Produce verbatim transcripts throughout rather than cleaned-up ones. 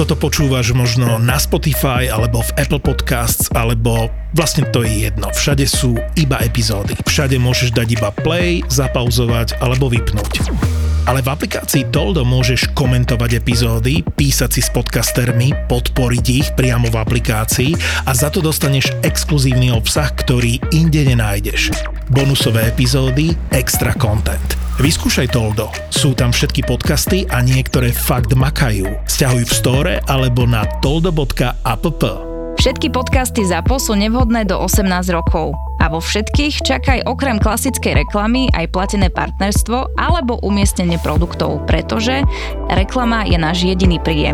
toto počúvaš možno na Spotify, alebo v Apple Podcasts, alebo vlastne to je jedno. Všade sú iba epizódy. Všade môžeš dať iba play, zapauzovať alebo vypnúť. Ale v aplikácii Toldo môžeš komentovať epizódy, písať si s podcastermi, podporiť ich priamo v aplikácii a za to dostaneš exkluzívny obsah, ktorý inde nenájdeš. Bonusové epizódy, extra content. Vyskúšaj Toldo. Sú tam všetky podcasty a niektoré fakt makajú. Sťahuj v store alebo na toldo bodka app. Všetky podcasty ZAPO sú nevhodné do osemnásť rokov. A vo všetkých čakaj okrem klasickej reklamy aj platené partnerstvo alebo umiestnenie produktov, pretože reklama je náš jediný príjem.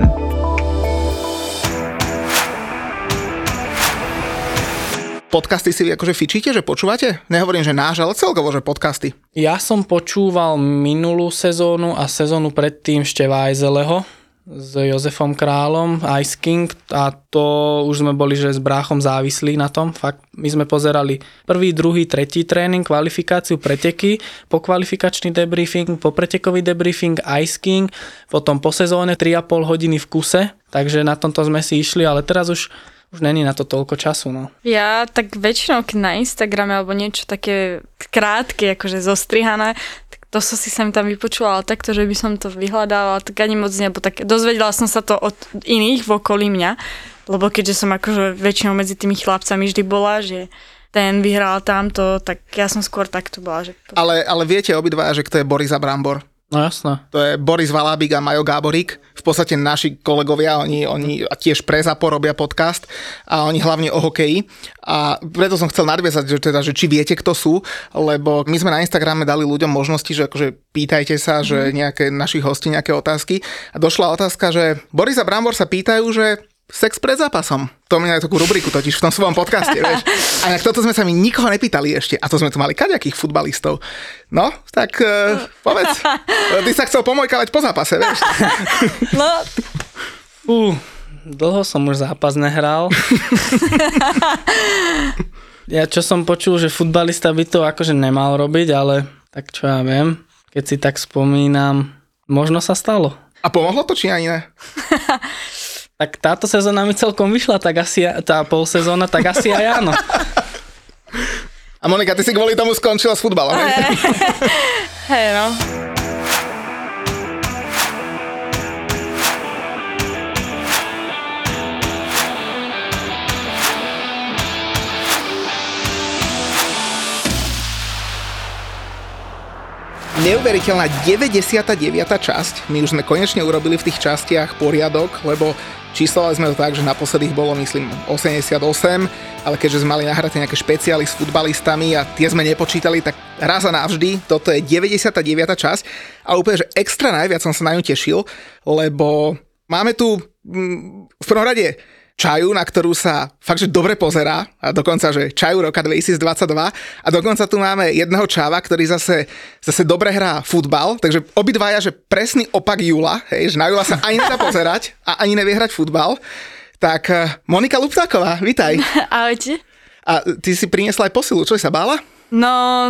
Podcasty si vy akože fičíte, že počúvate? Nehovorím, že náš, ale celkovo, že podcasty. Ja som počúval minulú sezónu a sezónu predtým Števajzeleho s Jozefom Králom, Ice King, a to už sme boli, že s bráchom závislí na tom. Fakt, my sme pozerali prvý, druhý, tretí tréning, kvalifikáciu, preteky, po kvalifikačný debriefing, po pretekový debriefing, Ice King, potom po sezóne tri a pol hodiny v kuse, takže na tomto sme si išli, ale teraz už Už není na to toľko času, no. Ja tak väčšinou na Instagrame alebo niečo také krátke, akože zostrihané, tak to som si sem tam vypočula, ale takto, že by som to vyhľadávala, tak ani moc nebo tak. Dozvedela som sa to od iných v okolí mňa, lebo keďže som akože väčšinou medzi tými chlapcami vždy bola, že ten vyhral tamto, tak ja som skôr takto bola. Že... Ale, ale viete obidva, že kto je Boris a Brambor? No jasné. To je Boris Valábik a Majo Gáborík. V podstate naši kolegovia, oni, oni tiež pre ZAPO robia podcast a oni hlavne o hokeji. A preto som chcel nadviazať, že, teda, že či viete, kto sú, lebo my sme na Instagrame dali ľuďom možnosti, že akože pýtajte sa, mm. že nejaké našich hostí, nejaké otázky. A došla otázka, že Boris a Brambor sa pýtajú, že sex pred zápasom. To mňa takú rubriku totiž v tom svojom podcaste, vieš. A na toto sme sa mi nikoho nepýtali ešte. A to sme tu mali kaďakých futbalistov. No, tak uh, povedz. Ty sa chcel pomojkavať po zápase, vieš. No. Uh, dlho som už zápas nehral. Ja čo som počul, že futbalista by to akože nemal robiť, ale tak čo ja viem. Keď si tak spomínam, možno sa stalo. A pomohlo to, či ani ne? Tak táto sezóna mi celkom vyšla, tak asi tá pol sezóna, tak asi aj áno. A Monika, ty si kvôli tomu skončila s futbalom. Hej, hey, no. Neuveriteľná deväťdesiata deviata časť. My už sme konečne urobili v tých častiach poriadok, lebo číslovali sme to tak, že naposledy ich bolo, myslím, osemdesiatosem, ale keďže sme mali nahraté nejaké špeciály s futbalistami a tie sme nepočítali, tak raz a navždy, toto je deväťdesiata deviata časť a úplne, že extra najviac som sa na ňu tešil, lebo máme tu mm, v prvom rade Čaju, na ktorú sa fakt, že dobre pozerá, a dokonca, že Čaju roka dvetisícdvadsaťdva, a dokonca tu máme jedného Čava, ktorý zase, zase dobre hrá futbal, takže obidvaja, že presný opak Jula, hej, že na Jula sa ani nedá pozerať a ani nevie hrať futbal. Tak Monika Luptáková, vitaj. Ahojte. A ty si priniesla aj posilu, čo si sa bála? No,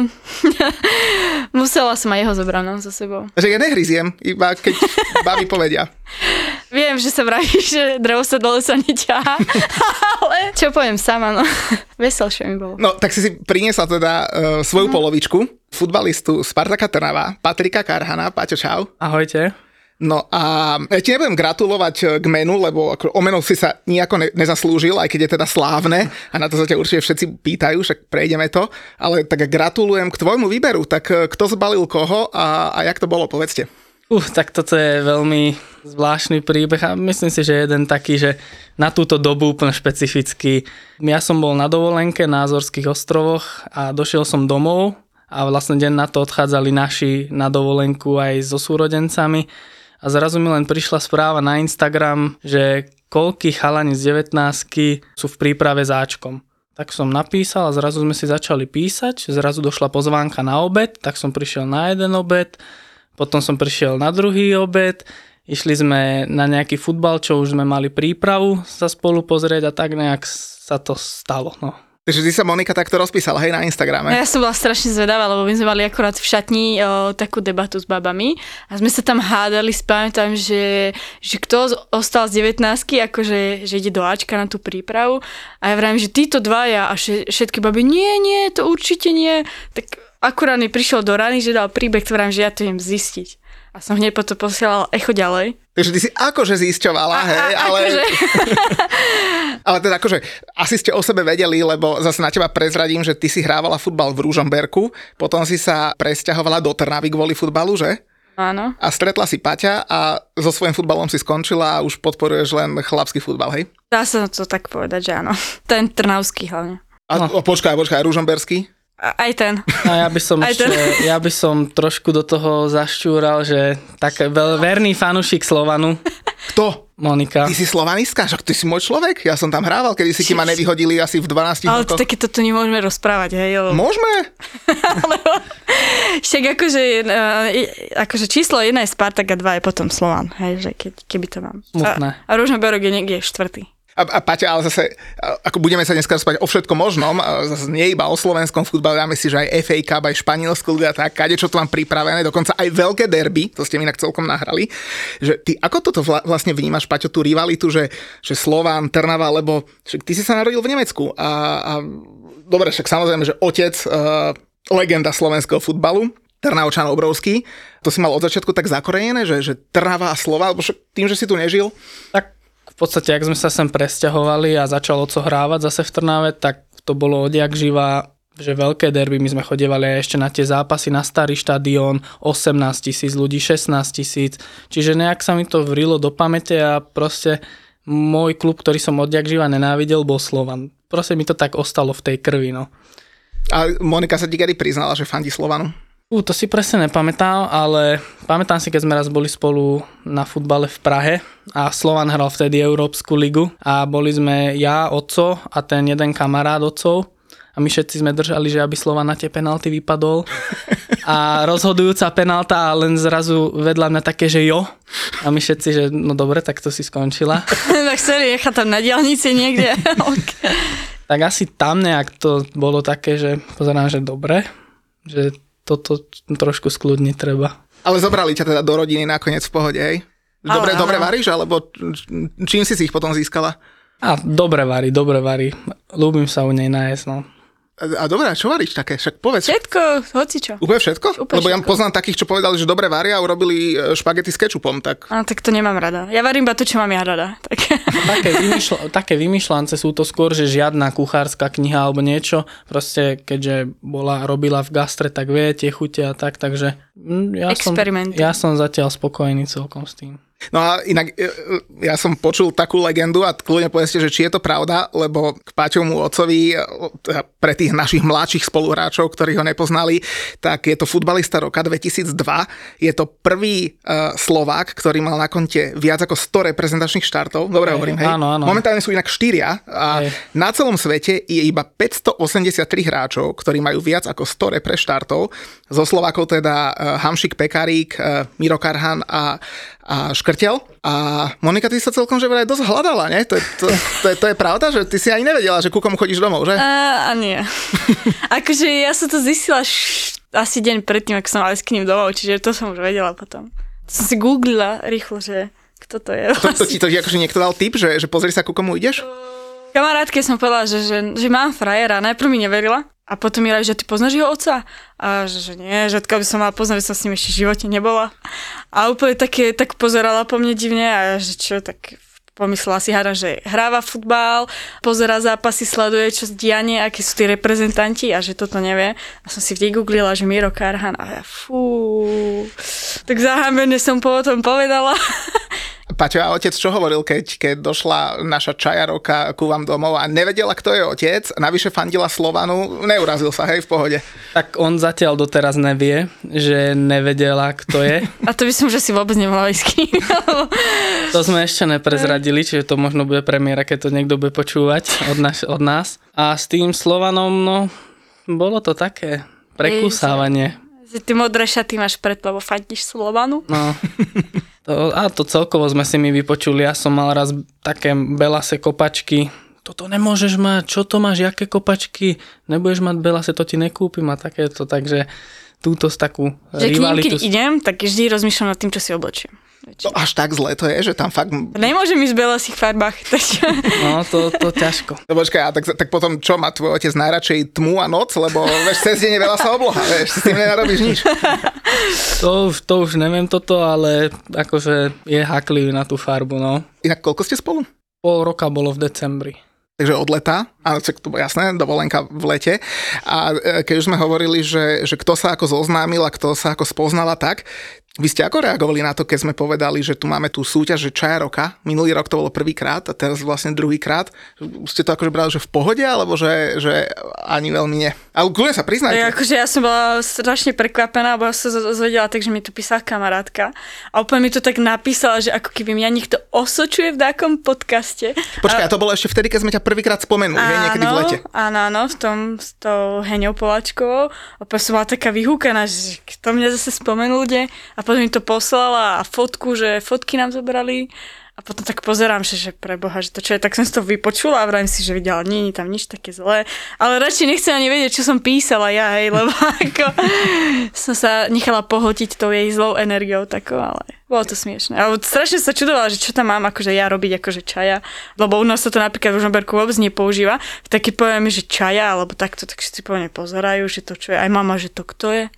musela som aj jeho zobrať, no, so sebou. Že ja nehryziem, iba keď babi povedia. Viem, že sa vraví, že drevo sa dole sa neťahá, ale čo poviem sama, no, veselšie mi bolo. No, tak si si priniesla teda uh, svoju mm. polovičku, futbalistu Spartaka Trnava, Patrika Karhana. Paťo, čau. Ahojte. No a ja ti nebudem gratulovať k menu, lebo ako o menu si sa nejako ne- nezaslúžil, aj keď je teda slávne a na to sa ťa určite všetci pýtajú, však prejdeme to, ale tak gratulujem k tvojmu výberu, tak kto zbalil koho a, a jak to bolo, povedzte. Uh, tak toto je veľmi zvláštny príbeh a myslím si, že jeden taký, že na túto dobu úplne špecifický. Ja som bol na dovolenke na Azorských ostrovoch a došiel som domov a vlastne deň na to odchádzali naši na dovolenku aj so súrodencami. A zrazu mi len prišla správa na Instagram, že koľkí chalani z devätnástky sú v príprave záčkom. Tak som napísal a zrazu sme si začali písať, zrazu došla pozvánka na obed, tak som prišiel na jeden obed, potom som prišiel na druhý obed, išli sme na nejaký futbal, čo už sme mali prípravu sa spolu pozrieť a tak nejak sa to stalo. No. Takže ty sa, Monika, takto rozpísala, hej, na Instagrame. Ja som bola strašne zvedavá, lebo my sme mali akorát v šatni o, takú debatu s babami a sme sa tam hádali, spamätám, že, že kto ostal z devätnástky, akože že ide do Ačka na tú prípravu a ja vravím, že títo dvaja a všetky baby, nie, nie, to určite nie. Tak akurát mi prišiel do rany, že dal príbeh, vravím, že ja to viem zistiť. A som hneď potom posielala echo ďalej. Takže ty si akože zisťovala, a, hej, a, ale... Akože... ale teda akože asi ste o sebe vedeli, lebo zase na teba prezradím, že ty si hrávala futbal v Ružomberku, potom si sa presťahovala do Trnavy kvôli futbalu, že? Áno. A stretla si Paťa a so svojím futbalom si skončila a už podporuješ len chlapský futbal, hej? Dá sa to tak povedať, že áno. Ten trnavský hlavne. A no. počkaj, počkaj, Ružomberský? Aj ten. A ja by som ešte, ja by som trošku do toho zašťúral, že tak veľ, verný fanúšik Slovanu. Kto? Monika. Ty si slovanistka? Však ty si môj človek. Ja som tam hrával, kedy si kým ma nevyhodili asi v dvanástich rokoch. Ale rokoch. takéto tu nemôžeme rozprávať, hej? Lebo... Môžeme. Lebo však akože, akože číslo jedna je Spartak a dva je potom Slovan, hej? Že keď, keby to mám. Smutné. A, a Ružomberok je niekde štvrtý. A, a Paťa, ale zase, ako budeme sa dneska rozprávať o všetkom možnom, zase nie iba o slovenskom futbale, dáme si, že aj ef á Cup, aj Španielsku a tak, kade čo tu mám pripravené, dokonca aj veľké derby, to ste mi inak celkom nahrali, že ty ako toto vla, vlastne vnímaš, Paťo, tú rivalitu, že, že Slován, Trnava, lebo však ty si sa narodil v Nemecku a, a dobre, však samozrejme, že otec, uh, legenda slovenského futbalu, Trnavčan obrovský, to si mal od začiatku tak zakorenené, že, že Trnava a Slován, lebo však tým, že si tu nežil, tak v podstate, ak sme sa sem presťahovali a začal oco hrávať zase v Trnave, tak to bolo odjak živá, že veľké derby, my sme chodievali aj ešte na tie zápasy na starý štadión, osemnásť tisíc ľudí, šestnásť tisíc, čiže nejak sa mi to vrilo do pamäte a proste môj klub, ktorý som odjak živa nenávidel, bol Slovan. Proste mi to tak ostalo v tej krvi, no. A Monika sa ti kedy priznala, že fandí Slovanu? Ú, to si presne nepamätám, ale pamätám si, keď sme raz boli spolu na futbale v Prahe a Slovan hral vtedy Európsku ligu a boli sme ja, Oco a ten jeden kamarát Ocov a my všetci sme držali, že aby Slovan na tie penalty vypadol a rozhodujúca penalta a len zrazu vedľa mňa také, že jo a my všetci, že no dobre, tak to si skončila. Tak chceli nechať tam na diaľnici niekde. Okay. Tak asi tam nejak to bolo také, že pozerám, že dobre, že toto trošku skľudniť treba. Ale zobrali ťa teda do rodiny nakoniec v pohode, hej? Dobre, ale, dobre ale... varíš, alebo čím si si ich potom získala? A dobre varí, dobre varí. Ľúbim sa u nej nájsť, no. A, a dobré, čo varíš také? Však povedz. Všetko, hocičo. Úplne všetko? Úplne Lebo ja všetko. poznám takých, čo povedali, že dobre varia a urobili špagety s kečupom, tak... A tak to nemám rada. Ja varím iba to, čo mám ja rada. Tak. Také, vymýšľa, také vymýšľance sú to skôr, že žiadna kuchárska kniha alebo niečo. Proste, keďže bola, robila v gastre, tak vie tie chute a tak, takže ja som, ja som zatiaľ spokojný celkom s tým. No a inak ja som počul takú legendu a kľudne povedzte, že či je to pravda, lebo k Paťovmu otcovi, pre tých našich mladších spoluhráčov, ktorí ho nepoznali, tak je to futbalista roka dvetisícdva. Je to prvý uh, Slovák, ktorý mal na konte viac ako sto reprezentačných štartov. Dobre hej, hovorím, hej? Áno, áno. Momentálne sú inak štyria a hej. Na celom svete je iba päťstoosemdesiattri hráčov, ktorí majú viac ako sto repre štartov. Zo Slovákov teda uh, Hamšik Pekarík, uh, Miro Karhan a a Škrtel. A Monika, ty sa celkom že vraj dosť hľadala, nie? To je, to, to, je, to je pravda, že ty si ani nevedela, že ku komu chodíš domov, že? A, a nie. Akože ja som to zistila š- asi deň predtým, ako som mala s k ním domov, čiže to som už vedela potom. To som si googlila rýchlo, že kto to je. To, to ti to akože niekto dal tip, že, že pozri sa, ku komu ideš? Kamarátke som povedala, že, že, že mám frajera, najprv mi neverila. A potom mi radi, že ty poznáš jeho otca? A že, že nie, že odkiaľ by som mala poznať, že som s ním ešte v živote nebola. A úplne také, tak pozerala po mne divne a že čo, tak pomyslela si hada, že hráva futbal, pozerá zápasy, sleduje čo dianie, aké sú tí reprezentanti a že toto nevie. A som si vygooglila, že Miro Karhan a ja fú, tak zahambené som potom povedala. Paťo, a otec čo hovoril, keď, keď došla naša čajarovka ku vám domov a nevedela, kto je otec, navyše fandila Slovanu, neurazil sa, hej, v pohode? Tak on zatiaľ doteraz nevie, že nevedela, kto je. A to by som, že si vôbec nemohla ísť k ním. To sme ešte neprezradili, čiže to možno bude premiéra, keď to niekto bude počúvať od, naš, od nás. A s tým Slovanom, no, bolo to také prekúsávanie. Že ty modré šaty máš preto, lebo fandíš Slovanu? No. To, a to celkovo sme si mi vypočuli. Ja som mal raz také belase kopačky, toto nemôžeš mať, čo to máš, jaké kopačky, nebudeš mať belase, to ti nekúpim a takéto, takže túto z takú že rivalitu. Že keď idem, tak vždy rozmýšľam nad tým, čo si oblečím. To až tak zle to je, že tam fakt... Nemôžem ísť v belasých farbách. No, to, to ťažko. No počkaj, a tak, tak potom čo, má tvoj otec najradšej tmu a noc? Lebo vieš, cez deň je veľa sa obloha, vieš, s tým nenarobíš nič. To, to už neviem toto, ale akože je haklivý na tú farbu, no. Inak koľko ste spolu? Pol roka bolo v decembri. Takže od leta, áno, to bolo jasné, dovolenka v lete. A keď už sme hovorili, že, že kto sa ako zoznámil a kto sa ako spoznala tak, vy ste ako reagovali na to, keď sme povedali, že tu máme tú súťaž, že Čaja roka, minulý rok to bolo prvýkrát a teraz vlastne druhýkrát. Ste to akože brali, že v pohode, alebo že, že ani veľmi nie? Ale kľudne sa priznajte. Ja, akože ja som bola strašne prekvapená, bo ja som sa zvedela tak, že mi to písala kamarátka a úplne mi to tak napísala, že ako keby mňa niekto osočuje v takom podcaste. Počkaj, a to bolo ešte vtedy, keď sme ťa prvýkrát spomenuli, áno, niekedy v lete. Áno, áno, v tom s tou Heňou Poláčkovou. A potom som bola taká vyhúkaná, že kto mňa zase spomenul, kde? A potom mi to poslala a fotku, že fotky nám zobrali. A potom tak pozerám, že, že preboha, že to čo je, tak som si to vypočula a vrajím si, že videla, nie je tam nič také zlé. Ale radšej nechcem ani vedieť, čo som písala ja, hej, lebo ako som sa nechala pohotiť tou jej zlou energiou takou, ale bolo to smiešné. A strašne sa čudovala, že čo tam mám akože ja robiť akože čaja, lebo u nás sa to napríklad v Ružomberku vôbec nepoužíva. Tak keď poviem, že čaja, alebo takto, tak si poviem pozerajú, že to čo je. Aj mama, že to kto je?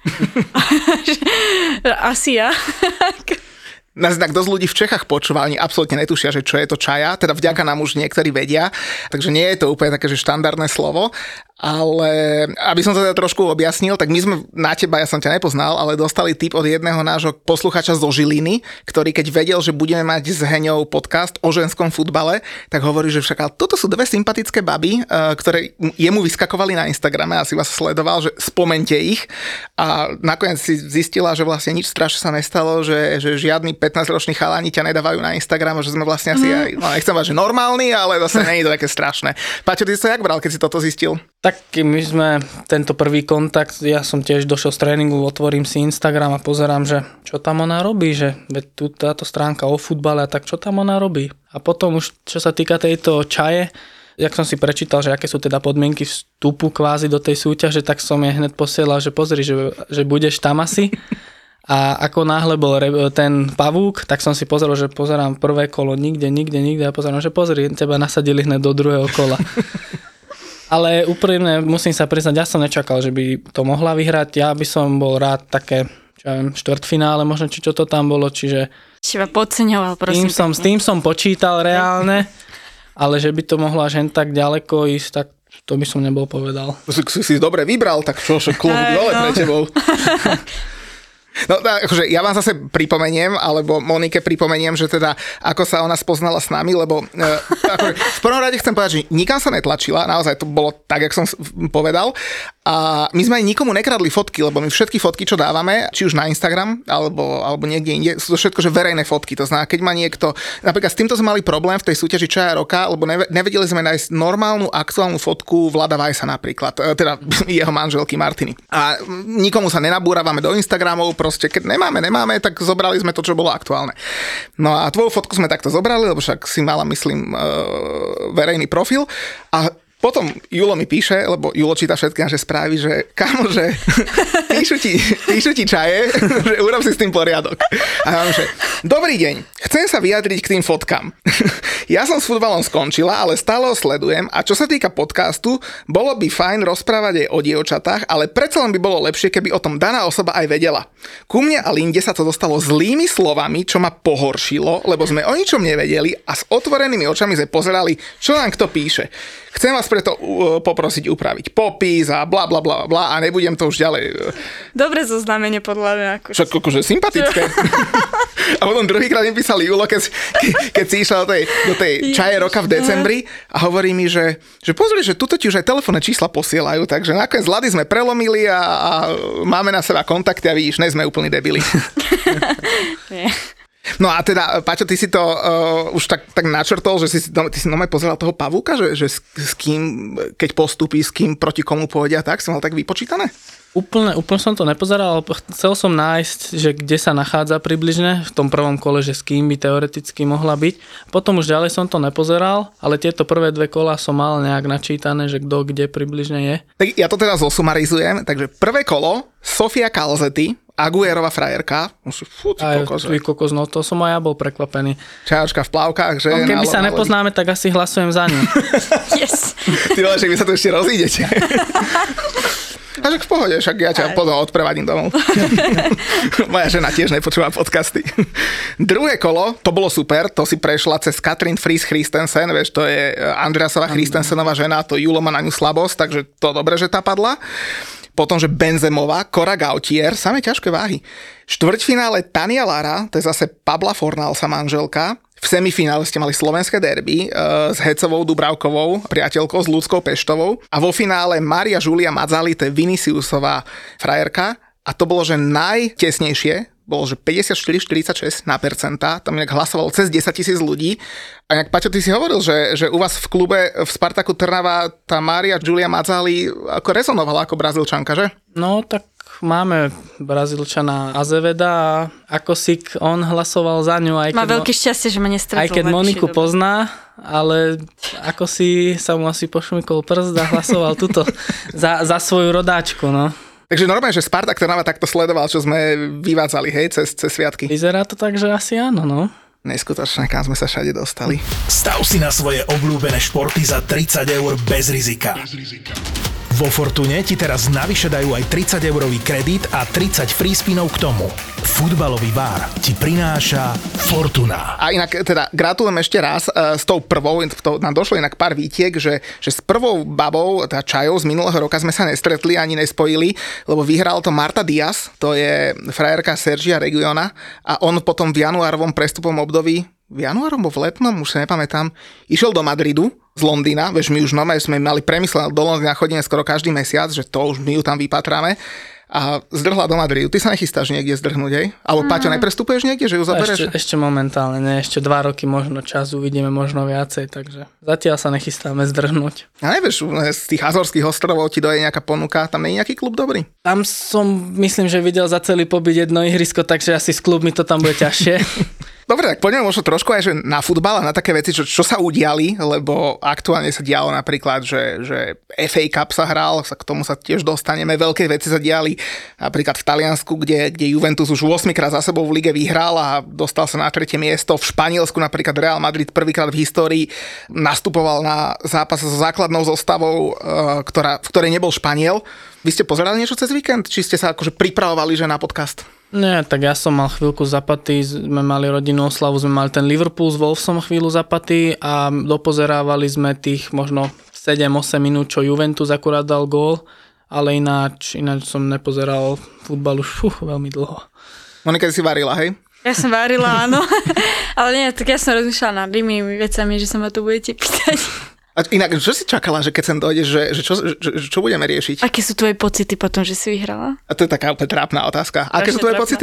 Asi ja. Nás tak dosť ľudí v Čechách počúva, oni absolútne netušia, že čo je to čaja, teda vďaka nám už niektorí vedia, takže nie je to úplne také, že štandardné slovo, ale aby som to teda trošku objasnil, tak my sme na teba, ja som ťa nepoznal, ale dostali tip od jedného nášho posluchača zo Žiliny, ktorý keď vedel, že budeme mať s Heňou podcast o ženskom futbale, tak hovorí, že však ale toto sú dve sympatické baby, ktoré jemu vyskakovali na Instagrame, asi vás sledoval, že spomente ich a nakoniec si zistila, že vlastne nič strašne sa nestalo, že, že žiadny pätnásťroční chalani ťa nedávajú na Instagram, že sme vlastne asi mm. aj, no nechcem vás, že normálni, ale zase nie je to také strašné. Paťo, ty si to jak bral, keď si toto zistil? Tak my sme tento prvý kontakt, ja som tiež došiel z tréningu, otvorím si Instagram a pozerám, že čo tam ona robí, že veď tu táto stránka o futbale a tak čo tam ona robí. A potom už čo sa týka tejto čaje, jak som si prečítal, že aké sú teda podmienky vstupu kvázi do tej súťaže, tak som jej hneď posielal, že pozri, že, že budeš tam asi. A ako náhle bol ten pavúk, tak som si pozrel, že pozerám prvé kolo, nikde, nikde, nikde a pozerám, že pozri, teba nasadili hneď do druhého kola. Ale úprimne musím sa priznať, ja som nečakal, že by to mohla vyhrať. Ja by som bol rád také, čo ja viem, štvrtfinále, možno či čo to tam bolo, čiže... Teba podceňoval, prosím. Tým som, s tým som počítal reálne, ale že by to mohlo až hen tak ďaleko ísť, tak to by som nebol povedal. Si si dobre vybral, tak čo, čo klobúk dole pre tebou. No akože ja vám zase pripomeniem, alebo Monike pripomeniem, že teda ako sa ona spoznala s nami, lebo e, akože, v prvom rade chcem povedať, že nikam sa netlačila, naozaj to bolo tak, jak som povedal. A my sme aj nikomu nekradli fotky, lebo my všetky fotky, čo dávame, či už na Instagram, alebo, alebo niekde inde, sú to všetko, že verejné fotky. To znamená, keď má niekto, napríklad s týmto sme mali problém v tej súťaži Čaja roka, lebo nevedeli sme nájsť normálnu aktuálnu fotku Vlada Vajsa napríklad, teda jeho manželky Martiny. A nikomu sa nenabúravame do Instagramov, proste keď nemáme, nemáme, tak zobrali sme to, čo bolo aktuálne. No a tvoju fotku sme takto zobrali, lebo však si mala, myslím, verejný profil a potom Julo mi píše, lebo Julo číta všetky naše správy, že kámo, že píšu ti, píšu ti čaje, že urob si s tým poriadok. A ja vám, že dobrý deň, chcem sa vyjadriť k tým fotkám. Ja som s futbalom skončila, ale stále ho sledujem a čo sa týka podcastu, bolo by fajn rozprávať aj o dievčatách, ale predsa len by bolo lepšie, keby o tom daná osoba aj vedela. Ku mne a Linde sa to dostalo zlými slovami, čo ma pohoršilo, lebo sme o ničom nevedeli a s otvorenými očami sme pozerali, čo nám kto píše. Chcem vás preto uh, poprosiť upraviť popis a bla bla bla bla a nebudem to už ďalej. Dobre zoznámenie podľa mňa. Ako... Však akože sympatické. A potom druhýkrát mi písal Julo, keď, keď si išla do tej, do tej Čaje roka v decembri a hovorí mi, že, že pozri, že tuto ti už aj telefónne čísla posielajú, takže nakoniec Lady sme prelomili a, a máme na seba kontakty a vidíš, ne sme úplní debili. Nie. No a teda, Paťo, ty si to uh, už tak, tak načrtol, že si, no, ty si normálne pozeral toho pavúka, že, že s, s kým, keď postupí, s kým proti komu pôjde a tak, si mal tak vypočítané? Úplne, úplne som to nepozeral, ale chcel som nájsť, že kde sa nachádza približne v tom prvom kole, že s kým by teoreticky mohla byť. Potom už ďalej som to nepozeral, ale tieto prvé dve kola som mal nejak načítané, že kto kde približne je. Tak ja to teda zosumarizujem. Takže prvé kolo, Sofia Calzeti, Aguerova frajerka. Fú, ty kokos, Aj, kokos, no to som aj ja bol prekvapený. Čajočka v plavkách, že? No, keby sa nepoznáme, tak asi hlasujem za ňu. Yes. Ty vole, že vy sa tu ešte rozídete. A však v pohode, však ja ťa potom odprevadím domov. Moja žena tiež nepočúva podcasty. Druhé kolo, to bolo super, to si prešla cez Katrin Fries Christensen, vieš, to je Andreasova Christensenová žena, to Julo má na ňu slabosť, takže to dobre, že tá padla. Potom, že Benzemová, Cora Gautier, samé ťažké váhy. Štvrťfinále Tania Lara, to je zase Pabla Fornalsa manželka. V semifinále ste mali slovenské derby e, s Hecovou Dubravkovou, priateľkou s Ľudskou Peštovou. A vo finále Maria Julia Mazzali, to je Viniciusová frajerka. A to bolo, že najtesnejšie, bolo, že päťdesiatštyri štyridsaťšesť na percentá, tam nejak hlasovalo cez desaťtisíc ľudí. A nejak, Paťo, ty si hovoril, že, že u vás v klube v Spartaku Trnava tá Maria Julia Mazzali ako rezonovala ako Brazílčanka, že? No tak máme Brazílčana Azeveda a ako si on hlasoval za ňu. Aj Má keď veľké šťastie, že ma nestretol. Aj keď Moniku dobe. Pozná, ale ako si sa mu asi pošmykol prst a hlasoval tuto za, za svoju rodáčku, no. Takže normálne, že Spartak Trnava takto sledoval, čo sme vyvádzali, hej, cez, cez sviatky. Vyzerá to tak, že asi áno, no. Neskutočné, kam sme sa všade dostali. Stav si na svoje obľúbené športy za tridsať eur bez rizika. Bez rizika. Vo Fortune ti teraz navyše dajú aj tridsať eurový kredit a tridsať free spinov k tomu. Futbalový vár ti prináša Fortuna. A inak teda gratulujem ešte raz uh, s tou prvou, to nám došlo inak pár výtiek, že, že s prvou babou, tá Čajou z minulého roka sme sa nestretli ani nespojili, lebo vyhral to Marta Diaz, to je frajerka Sergia Regiona a on potom v januárovom prestupovom období v januárom, bo v letnom, už sa nepamätám, išiel do Madridu z Londýna, vieš, my už normálne sme mali premyslené, do Londýna chodíme skoro každý mesiac, že to už my ju tam vypatráme a zdrhla do Madridu. Ty sa nechystáš niekde zdrhnúť, hej? Alebo mm. Paťo, neprestupuješ niekde, že ju zabereš? Ešte, ešte momentálne, ne, ešte dva roky možno čas, uvidíme možno viacej, takže zatiaľ sa nechystáme zdrhnúť. A nevieš, z tých Azorských ostrovov ti doje nejaká ponuka, tam nie je nejaký klub dobrý? Tam som, myslím, že videl za celý pobyt jedno ihrisko, takže asi s klubmi to tam bude ťažšie. Dobre, tak poďme možno trošku aj že na futbal a na také veci, čo, čo sa udiali, lebo aktuálne sa dialo napríklad, že, že ef á Cup sa hral, sa k tomu sa tiež dostaneme, veľké veci sa diali napríklad v Taliansku, kde, kde Juventus už ôsmikrát za sebou v lige vyhral a dostal sa na tretie miesto. V Španielsku napríklad Real Madrid prvýkrát v histórii nastupoval na zápas so základnou zostavou, ktorá, v ktorej nebol Španiel. Vy ste pozerali niečo cez víkend? Či ste sa akože pripravovali že na podcast? Nie, tak ja som mal chvíľku zapaty, sme mali rodinnú oslavu, sme mali ten Liverpool s Wolvesom chvíľu zapaty a dopozerávali sme tých možno sedem osem minút, čo Juventus akurát dal gól, ale ináč, ináč som nepozeral futbal už fú, veľmi dlho. Monika, si varila, hej? Ja som varila, áno, ale nie, tak ja som rozmýšľala nad inými vecami, že sa ma to budete pýtať. A inak, čo si čakala, že keď sem dojdeš, že, že, čo, že čo budeme riešiť? Aké sú tvoje pocity potom, že si vyhrala? A to je taká úplne trápna otázka. A aké sú tvoje trápna. Pocity?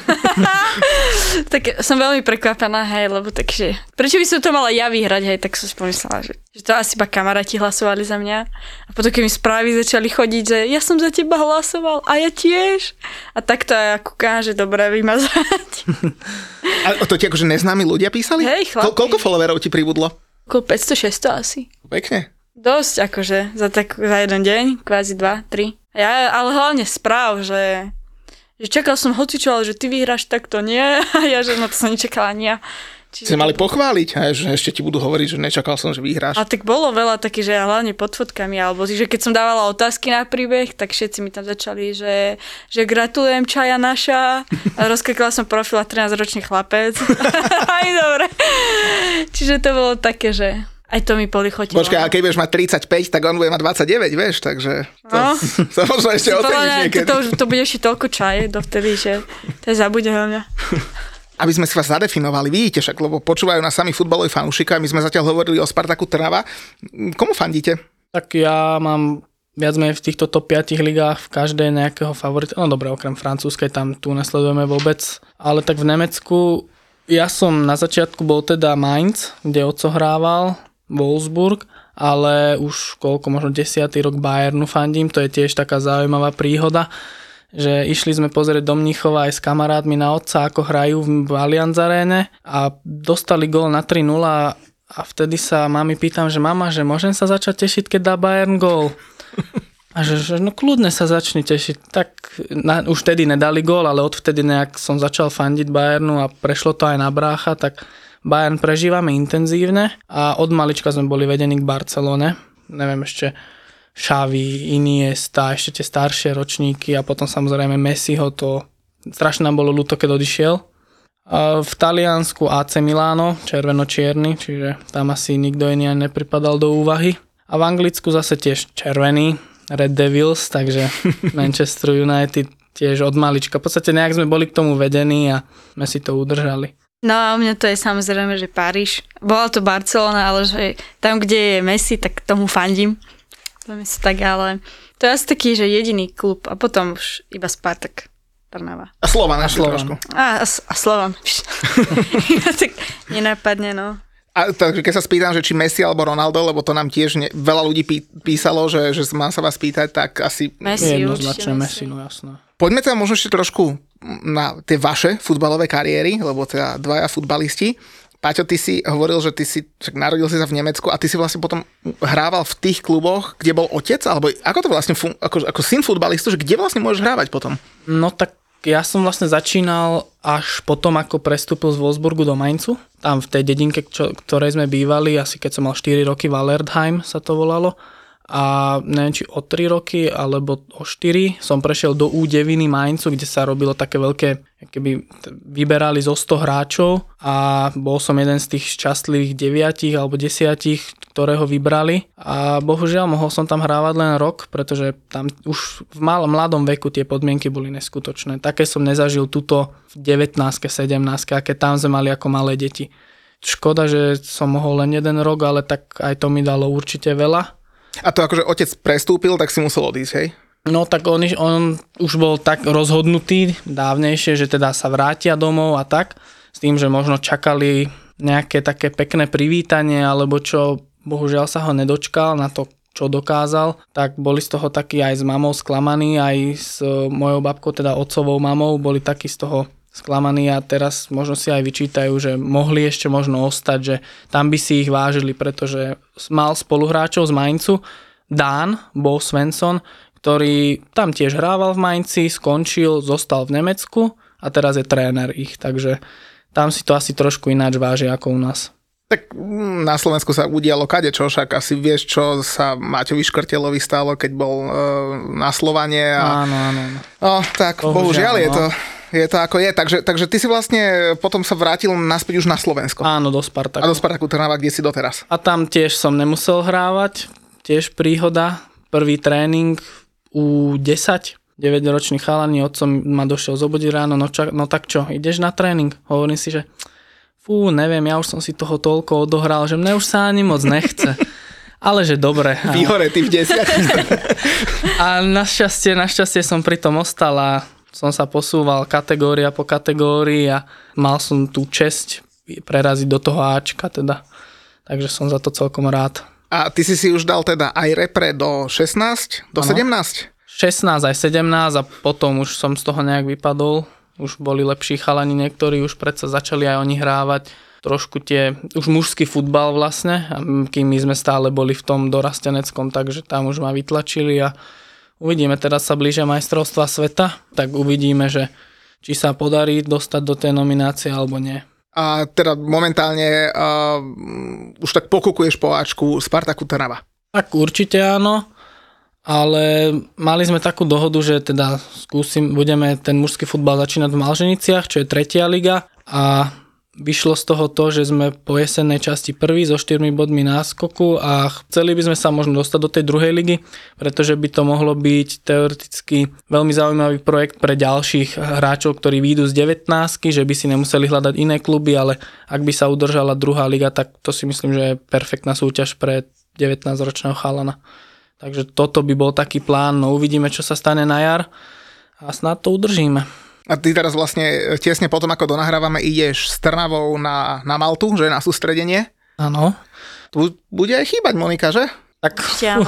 Tak som veľmi prekvapená, hej, lebo takže... Prečo by som to mala ja vyhrať, hej, tak som si pomyslela, že, že to asi iba kamaráti hlasovali za mňa. A potom, keď mi správy začali chodiť, že ja som za teba hlasoval a ja tiež. A takto ja kúkam, že dobré vymazať. A to ti akože neznámi ľudia písali? Hej, chlapi. Ko- koľko followerov ti pribudlo? Okolo päťsto šesťsto asi. Pekne. Dosť, akože, za, tak, za jeden deň, kvázi dva, tri. Ja, ale hlavne správ, že, že čakal som hocičo, ale že ty vyhráš, tak to nie. A ja, že no to som nečakala ani ja. Čiže si mali pochváliť, že ešte ti budú hovoriť, že nečakal som, že vyhráš. A tak bolo veľa takých, že hlavne pod fotkami, alebo že keď som dávala otázky na príbeh, tak všetci mi tam začali, že, že gratulujem Čaja naša. A rozklikala som profil a trinásťročný chlapec. Aj dobre. Čiže to bolo také, že aj to mi polichotilo. Počkaj, a keď budeš mať tridsaťpäť, tak on bude mať dvadsaťdeväť, vieš, takže to, no. to možno ešte oceníš niekedy. To, to, to bude ešte toľko čaje dovtedy, že to je zabudeľňa. Aby sme si vás zadefinovali, vidíte však, lebo počúvajú nás sami futbaloví fanúšikovia, my sme zatiaľ hovorili o Spartaku Trnava. Komu fandíte? Tak ja mám viac menej v týchto top päť ligách v každej nejakého favorita. No dobre, okrem francúzskej, tam tu nesledujeme vôbec. Ale tak v Nemecku Ja som na začiatku bol teda Mainz, kde otco hrával, Wolfsburg, ale už koľko, možno desiatý rok Bayernu fandím, to je tiež taká zaujímavá príhoda, že išli sme pozrieť do Mníchova aj s kamarátmi na otca, ako hrajú v Allianz Arene a dostali gól na tri nula a vtedy sa mami pýtam, že mama, že môžem sa začať tešiť, keď dá Bayern gól? A že, že no kľudne sa začni tešiť. Tak na, už vtedy nedali gól, ale odvtedy nejak som začal fandiť Bayernu a prešlo to aj na brácha, tak Bayern prežívame intenzívne a od malička sme boli vedení k Barcelone. Neviem ešte Xavi, Iniesta, ešte tie staršie ročníky a potom samozrejme Messiho, to strašne nám bolo ľúto, keď odišiel. A v Taliansku á cé Milano, červeno-čierny, čiže tam asi nikto iný ani nepripadal do úvahy. A v Anglicku zase tiež červený, Red Devils, takže Manchester United tiež od malička. V podstate nejak sme boli k tomu vedení a sme si to udržali. No a u mňa to je samozrejme, že Paríž. Bola to Barcelona, ale že tam, kde je Messi, tak tomu fandím. To je tak, ale to je asi taký, že jediný klub a potom už iba Spartak Trnava. A Slovan ešte trošku. A, a, a Slovan. Tak nenapadne, no. A takže keď sa spýtam, že či Messi alebo Ronaldo, lebo to nám tiež ne, veľa ľudí pí, písalo, že, že mám sa vás pýtať, tak asi... Messi, jednoznačne Messi. Messi, no jasné. Poďme teda možno ešte trošku na tie vaše futbalové kariéry, lebo teda dvaja futbalisti. Paťo, ty si hovoril, že ty si, však narodil si sa v Nemecku a ty si vlastne potom hrával v tých kluboch, kde bol otec, alebo ako to vlastne, fun, ako, ako syn futbalistu, že kde vlastne môžeš hrávať potom? No tak ja som vlastne začínal až potom, ako prestúpil z Wolfsburgu do Mainzu. Tam v tej dedinke, čo, ktorej sme bývali, asi keď som mal štyri roky, Wallertheim sa to volalo. A neviem, či o tri roky, alebo o štyri som prešiel do ú deväť Mainzu, kde sa robilo také veľké, keby vyberali zo sto hráčov a bol som jeden z tých šťastlivých deviatich alebo desiatich, ktorého vybrali a bohužiaľ mohol som tam hrávať len rok, pretože tam už v malom mladom veku tie podmienky boli neskutočné. Také som nezažil tuto v devätnástke, sedemnástke, aké tam sme mali ako malé deti. Škoda, že som mohol len jeden rok, ale tak aj to mi dalo určite veľa. A to akože otec prestúpil, tak si musel odísť, hej? No tak on, on už bol tak rozhodnutý dávnejšie, že teda sa vrátia domov a tak, s tým, že možno čakali nejaké také pekné privítanie, alebo čo, bohužiaľ sa ho nedočkal na to, čo dokázal, tak boli z toho takí aj s mamou sklamaní, aj s mojou babkou, teda otcovou mamou, boli takí z toho sklamaní a teraz možno si aj vyčítajú, že mohli ešte možno ostať, že tam by si ich vážili, pretože mal spoluhráčov z Mainzu, Dan, Bo Svensson, ktorý tam tiež hrával v Mainzi, skončil, zostal v Nemecku a teraz je tréner ich, takže tam si to asi trošku ináč vážia ako u nás. Tak na Slovensku sa udialo kadečo, však asi vieš, čo sa Maťovi Škrtelovi stalo, keď bol e, na Slovane. A... Áno, áno. No, tak bohužiaľ, bohužiaľ je no. to... Je to ako je, takže, takže ty si vlastne potom sa vrátil naspäť už na Slovensko. Áno, do Spartaku. A do Spartaku Trnava, kde si doteraz. A tam tiež som nemusel hrávať, tiež príhoda, prvý tréning u desať, deväťročný chalani, otco ma došiel zobodiť ráno, no, čak, no tak čo, ideš na tréning? Hovorím si, že fú, neviem, ja už som si toho toľko odohral, že mne už sa ani moc nechce. Ale že dobre. Vyhoretý v desiatich. A našťastie, našťastie som pri tom ostal a som sa posúval kategória po kategórii a mal som tú česť preraziť do toho Ačka teda. Takže som za to celkom rád. A ty si si už dal teda aj repre do šestnásť, do ano. sedemnásť? šestnásť aj sedemnásť a potom už som z toho nejak vypadol. Už boli lepší chalani niektorí, už predsa začali aj oni hrávať trošku tie, už mužský futbal vlastne, kým my sme stále boli v tom dorasteneckom, takže tam už ma vytlačili a uvidíme, teraz sa blížia majstrovstvá sveta, tak uvidíme, že či sa podarí dostať do tej nominácie alebo nie. A teda momentálne uh, už tak pokukuješ po Ačku Spartaku Trnava. Tak určite áno, ale mali sme takú dohodu, že teda skúsim, budeme ten mužský futbal začínať v Malženiciach, čo je tretia liga a vyšlo z toho to, že sme po jesennej časti prví so štyrmi bodmi náskoku a chceli by sme sa možno dostať do tej druhej ligy, pretože by to mohlo byť teoreticky veľmi zaujímavý projekt pre ďalších hráčov, ktorí výjdu z devätnástky, že by si nemuseli hľadať iné kluby, ale ak by sa udržala druhá liga, tak to si myslím, že je perfektná súťaž pre devätnásťročného chalana. Takže toto by bol taký plán, no uvidíme, čo sa stane na jar a snad to udržíme. A ty teraz vlastne tesne potom, ako donahrávame, ideš s Trnavou na, na Maltu, že na sústredenie. Áno. Tu bude aj chýbať Monika, že? Tak Áno.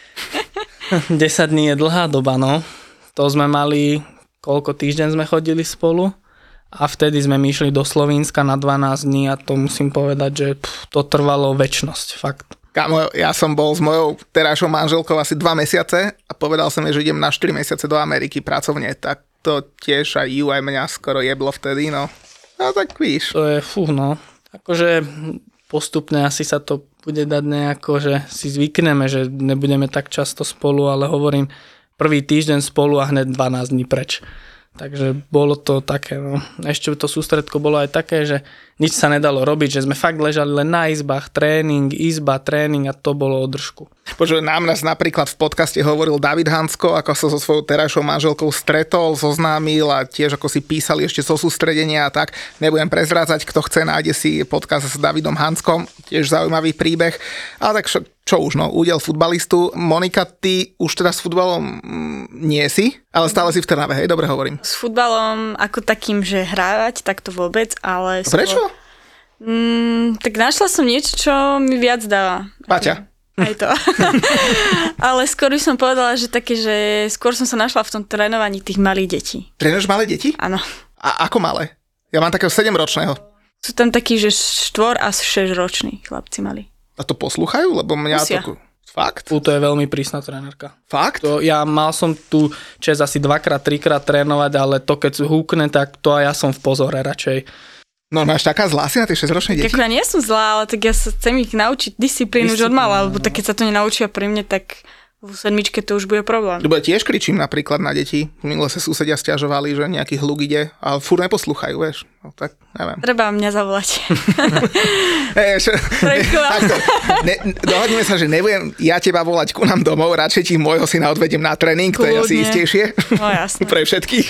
desať dní je dlhá doba, no. To sme mali, koľko týždeň sme chodili spolu a vtedy sme išli do Slovenska na dvanásť dní a to musím povedať, že pff, to trvalo večnosť, fakt. Kámo, ja som bol s mojou terajšou manželkou asi dva mesiace a povedal som jej, že idem na štyri mesiace do Ameriky pracovne, tak to tiež aj ju, aj mňa skoro jeblo vtedy, no. No tak víš. To je, fú, no. Akože postupne asi sa to bude dať nejako, že si zvykneme, že nebudeme tak často spolu, ale hovorím, prvý týždeň spolu a hneď dvanásť dní preč. Takže bolo to také, no. Ešte to sústredko bolo aj také, že nič sa nedalo robiť, že sme fakt ležali len na izbách, tréning, izba, tréning a to bolo o držku. Počuj, nám nás napríklad v podcaste hovoril David Hansko, ako sa so svojou terajšou manželkou stretol, zoznámil a tiež ako si písali ešte zo sústredenia a tak. Nebudem prezrádzať, kto chce, nájde si podcast s Davidom Hanskom, tiež zaujímavý príbeh. Ale tak čo, čo už, no, údel futbalistu. Monika, ty už teda s futbalom nie si, ale stále si v Trnave, hej, dobre hovorím. S futbalom ako takým, že hrávať, tak to vôbec, ale... Prečo? Mm, tak našla som niečo, čo mi viac dáva. Paťa. Aj to. Ale skôr by som povedala, že také, že skôr som sa našla v tom trénovaní tých malých detí. Trénuješ malé deti? Áno. A ako malé? Ja mám takého sedemročného. Sú tam takí, že štvor a šesťroční chlapci mali. A to poslúchajú? Lebo mňa Musia. to... Fakt? To je veľmi prísna trénerka. Fakt? To ja mal som tu čas asi dvakrát, trikrát trénovať, ale to keď húkne, tak to aj ja som v pozore radšej. No máš taká zlá si na tie šesťročné deti? Ako ja nie som zlá, ale tak ja sa chcem ich naučiť disciplínu už od mala, lebo tak keď sa to nenaučia pri mne, tak v sedmičke to už bude problém. Lebo ja tiež kričím napríklad na deti. Minule sa susedia sťažovali, že nejaký hluk ide a furt neposlúchajú, vieš. No tak, neviem. Treba mňa zavolať. Hey, čo, ne, takto, ne, dohodneme sa, že nebudem ja teba volať ku nám domov, radšej ti môjho syna odvediem na tréning, to je asi Kľudne. istejšie. No jasné. Pre všetkých.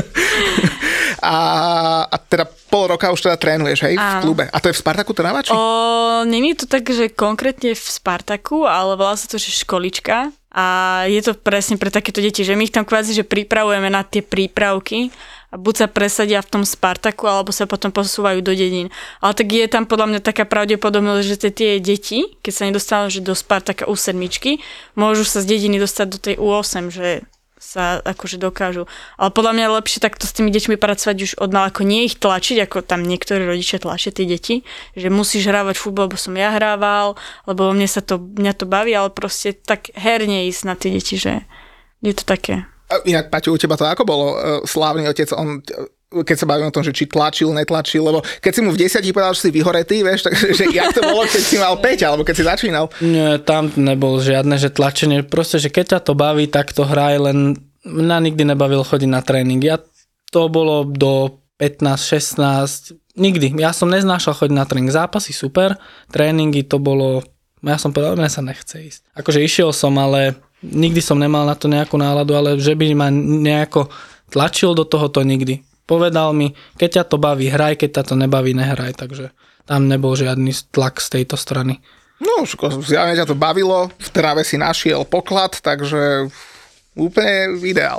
a, a teda pol roka už teda trénuješ, hej, v Áno. klube. A to je v Spartaku Trnava, či? O, není to tak, že konkrétne v Spartaku, ale volá sa to, že školička. A je to presne pre takéto deti, že my ich tam kvázi, že pripravujeme na tie prípravky a buď sa presadia v tom Spartaku, alebo sa potom posúvajú do dedín. Ale tak je tam podľa mňa taká pravdepodobnosť, že tie deti, keď sa nedostanú že do Spartaka U sedem, môžu sa z dediny dostať do tej U osem, že sa akože dokážu. Ale podľa mňa je lepšie takto s tými deťmi pracovať už od mala, ako nie ich tlačiť, ako tam niektorí rodičia tlačia tie deti, že musíš hrávať futbal, lebo som ja hrával, lebo mne sa to, mňa to baví, ale proste tak herne ísť na tie deti, že je to také. A inak, Paťo, u teba to ako bolo? Slávny otec, on... keď sa bavíme o tom, že či tlačil, netlačil, lebo keď si mu v desiatich povedal, že si vyhoretý, vieš, takže že jak to bolo, keď si mal päť, alebo keď si začínal? Nie, tam nebol žiadne, že tlačenie, proste, že keď ťa to baví, tak to hraj, len mňa nikdy nebavil chodiť na tréning. Ja to bolo do pätnásť šestnásť, nikdy. Ja som neznášal chodiť na tréning. Zápasy super, tréningy to bolo, ja som povedal, mňa sa nechce ísť. Akože išiel som, ale nikdy som nemal na to nejakú náladu, ale že by ma nejako tlačil do toho, to nikdy. Povedal mi, keď ťa to baví, hraj, keď ťa to nebaví, nehraj, takže tam nebol žiadny tlak z tejto strany. No, zjavne ťa to bavilo, v Trnave si našiel poklad, takže úplne ideál.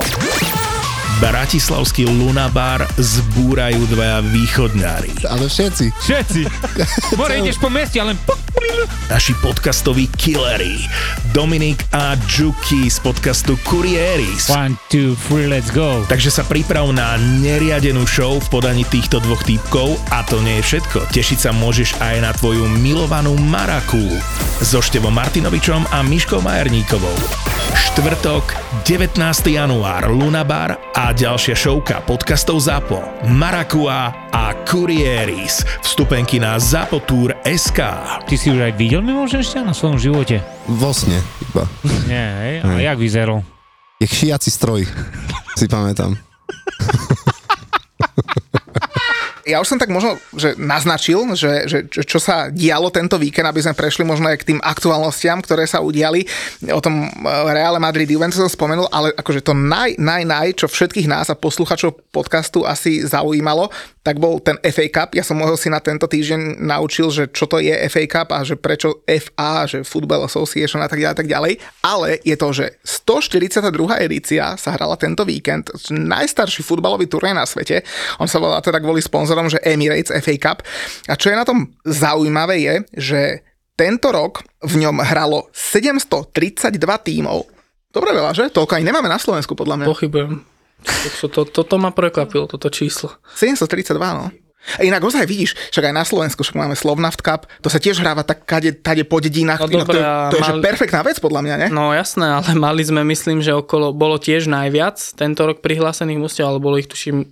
Bratislavský Lunabar zbúrajú dvaja východňári. Ale všetci. Všetci. More ideš po meste, ale... Naši podcastoví killery. Dominik a Juki z podcastu Kurieris. One, two, three, let's go. Takže sa priprav na neriadenú show v podaní týchto dvoch týpkov a to nie je všetko. Tešiť sa môžeš aj na tvoju milovanú Maraku so Števom Martinovičom a Miškou Majerníkovou. Štvrtok, devätnásteho január, Lunabar a ďalšia showka podcastov ZAPO, Marakua a Kurieris. Vstupenky na zapotour bodka es ká. Ty si už aj videl mimoženšťa na svojom živote? Vo sne iba. Nie, hej? A jak vyzeral? Jak šiaci stroj, si pamätám. Ja už som tak možno že naznačil, že, že čo sa dialo tento víkend, aby sme prešli možno aj k tým aktuálnostiam, ktoré sa udiali. O tom Reále Madrid Juventus som spomenul, ale akože to naj, naj, naj, čo všetkých nás a posluchačov podcastu asi zaujímalo, tak bol ten ef á Cup. Ja som môjho syna tento týždeň naučil, že čo to je ef á Cup a že prečo ef á, že Football Association a tak ďalej, tak ďalej. Ale je to, že stoštyridsiata druhá edícia sa hrala tento víkend. Najstarší futbalový turnaj na svete. On sa volá teda kvôli sponzorom, že Emirates ef á Cup. A čo je na tom zaujímavé je, že tento rok v ňom hralo sedemstotridsaťdva tímov. Dobre veľa, že? Toľko ani nemáme na Slovensku, podľa mňa. Pochybujem. To, to, toto ma prekvapilo, toto číslo. sedemstotridsaťdva, no. A inak ozaj vidíš, však aj na Slovensku, však máme Slovnaft Cup, to sa tiež hráva tak kade, tade po dedinách. No, to, dobré, to, to je mali... že perfektná vec, podľa mňa, ne? No jasné, ale mali sme, myslím, že okolo, bolo tiež najviac tento rok prihlásených mužstiev, ale bolo ich tuším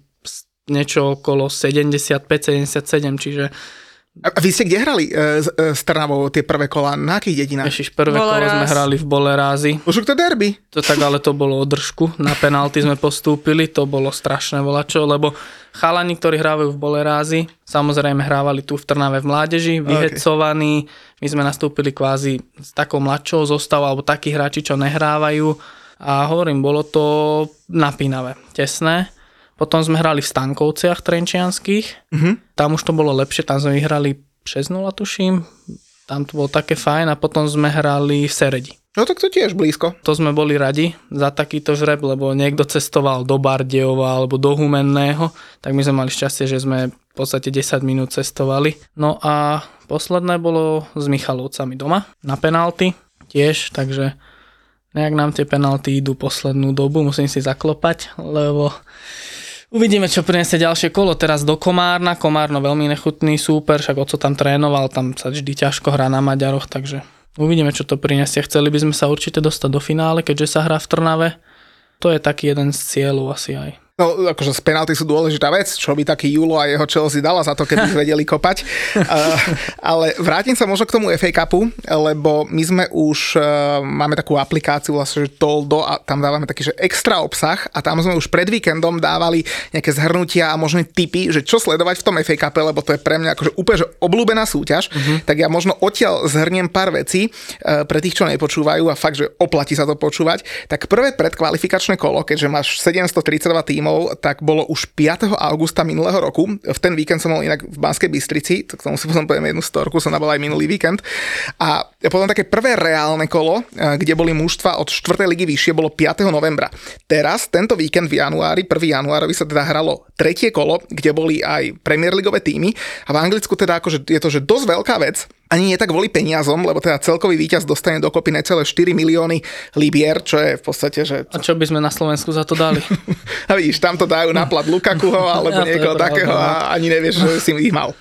niečo okolo sedemdesiatpäť sedemdesiatsedem, čiže... A vy ste kde hrali e, s, e, s Trnavou tie prvé kolá? Na akých dedinách? Ježiš, prvé kolo sme hrali v Bolerázi. Už to derby. To tak, ale to bolo o držku. Na penalty sme postúpili, to bolo strašné volačo, lebo chalani, ktorí hrávajú v Bolerázi, samozrejme hrávali tu v Trnave v mládeži, vyhecovaní. My sme nastúpili kvázi s takou mladšou zostavou, alebo takí hráči, čo nehrávajú. A hovorím, bolo to napínavé, tesné. Potom sme hrali v Stankovciach trenčianskych, uh-huh. Tam už to bolo lepšie, tam sme vyhrali šesť nula tuším, tam to bolo také fajn a potom sme hrali v Seredi. No tak to tiež blízko. To sme boli radi za takýto žreb, lebo niekto cestoval do Bardejova alebo do Humenného, tak my sme mali šťastie, že sme v podstate desať minút cestovali. No a posledné bolo s Michalovcami doma na penalty tiež, takže nejak nám tie penalty idú poslednú dobu, musím si zaklopať, lebo... Uvidíme, čo prinesie ďalšie kolo. Teraz do Komárna. Komárno veľmi nechutný súper, však oco tam trénoval, tam sa vždy ťažko hrá na Maďaroch, takže uvidíme, čo to prinesie. Chceli by sme sa určite dostať do finále, keďže sa hrá v Trnave. To je taký jeden z cieľov asi aj. No, akože z penalty sú dôležitá vec, čo by taký Julo a jeho Chelsea dala za to, keby vedeli kopať. Uh, ale vrátim sa možno k tomu ef á Cupu, lebo my sme už, uh, máme takú aplikáciu vlastne, že Toldo a tam dávame taký, že extra obsah a tam sme už pred víkendom dávali nejaké zhrnutia a možno tipy, že čo sledovať v tom ef á Cupe, lebo to je pre mňa akože úplne že obľúbená súťaž. Uh-huh. Tak ja možno odtiaľ zhrniem pár vecí uh, pre tých, čo nepočúvajú a fakt, že oplatí sa to počúvať. Tak prvé predkvalifikačné kolo, keďže máš sedemstotridsaťdva tímov, tak bolo už piateho augusta minulého roku. V ten víkend som bol inak v Banskej Bystrici, tak tomu si potom poviem jednu storku, som nabol aj minulý víkend. A potom také prvé reálne kolo, kde boli mužstva od štvrtej ligy vyššie, bolo piateho novembra. Teraz, tento víkend v januári, prvého januárovi sa teda hralo tretie kolo, kde boli aj Premier Ligové týmy. A v Anglicku teda akože je to, že dosť veľká vec. Ani nie tak kvôli peniazom, lebo teda celkový víťaz dostane dokopy necelé štyri milióny libier, čo je v podstate, že... A čo by sme na Slovensku za to dali? A vidíš, tam to dajú na plat Lukakuho, alebo ja, niekoho takého a ani nevieš, že si ich mal.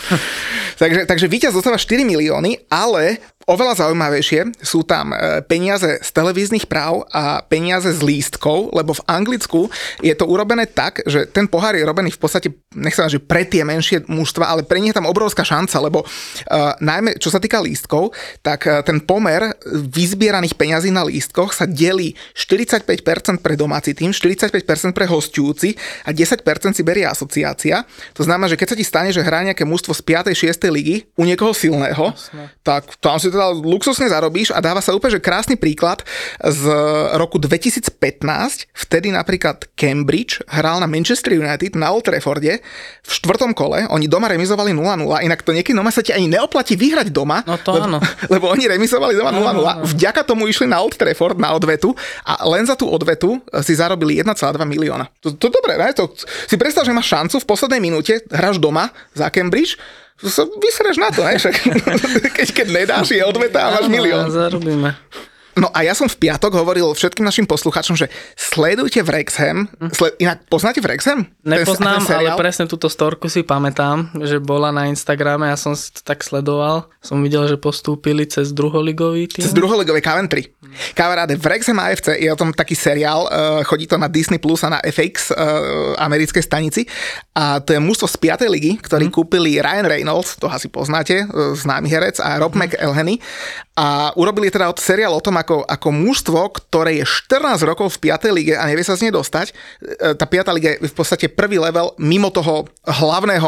takže, takže víťaz dostáva štyri milióny, ale oveľa zaujímavejšie sú tam peniaze z televíznych práv a peniaze z lístkov, lebo v Anglicku je to urobené tak, že ten pohár je robený v podstate, nech sa že pre tie menšie mužstva, ale pre nich je tam obrovská šanca, lebo uh, najmä čo sa týka lístkov, tak uh, ten pomer vyzbieraných peňazí na lístkoch sa delí štyridsaťpäť percent pre domáci tým, štyridsaťpäť percent pre hostujúci a desať percent si berie asociácia. To znamená, že keď sa ti stane, že hrá nejaké mužstvo z piatej šiestej ligy u niekoho silného, Jasne. tak tam si teda luxusne zarobíš a dáva sa úplne že krásny príklad z roku dvetisícpätnásť. Vtedy napríklad Cambridge hral na Manchester United na Old Trafforde v štvrtom kole. Oni doma remizovali nula nula, inak to niekedy doma sa ti ani neoplatí vyhrať doma, no to lebo, áno. lebo oni remizovali doma nula nula. Vďaka tomu išli na Old Trafford na odvetu a len za tú odvetu si zarobili jeden celá dva milióna. To, to dobre, ne? To, si predstav, že máš šancu v poslednej minúte, hráš doma za Cambridge, sa vysreš na to, ne? Však, keď, keď nedáš, je odveta a máš milión. Zarobíme. No a ja som v piatok hovoril všetkým našim poslucháčom, že sledujte Wrexham. Sled... Inak poznáte Wrexham? Nepoznám, ale presne túto storku si pamätám, že bola na Instagrame, ja som si to tak sledoval. Som videl, že postúpili cez druholigový tým. Cez druholigový Coventry. Kamaráde, Wrexham á ef cé je o tom taký seriál, chodí to na Disney Plus a na ef iks americkej stanici. A to je mužstvo z piatej ligy, ktorí hmm. kúpili Ryan Reynolds, to asi poznáte, známy herec, a Rob hmm. McElhenney. A urobili teda seriál o tom, ako, ako mužstvo, ktoré je štrnásť rokov v piatej lige a nevie sa z nej dostať. Tá piata liga je v podstate prvý level mimo toho hlavného.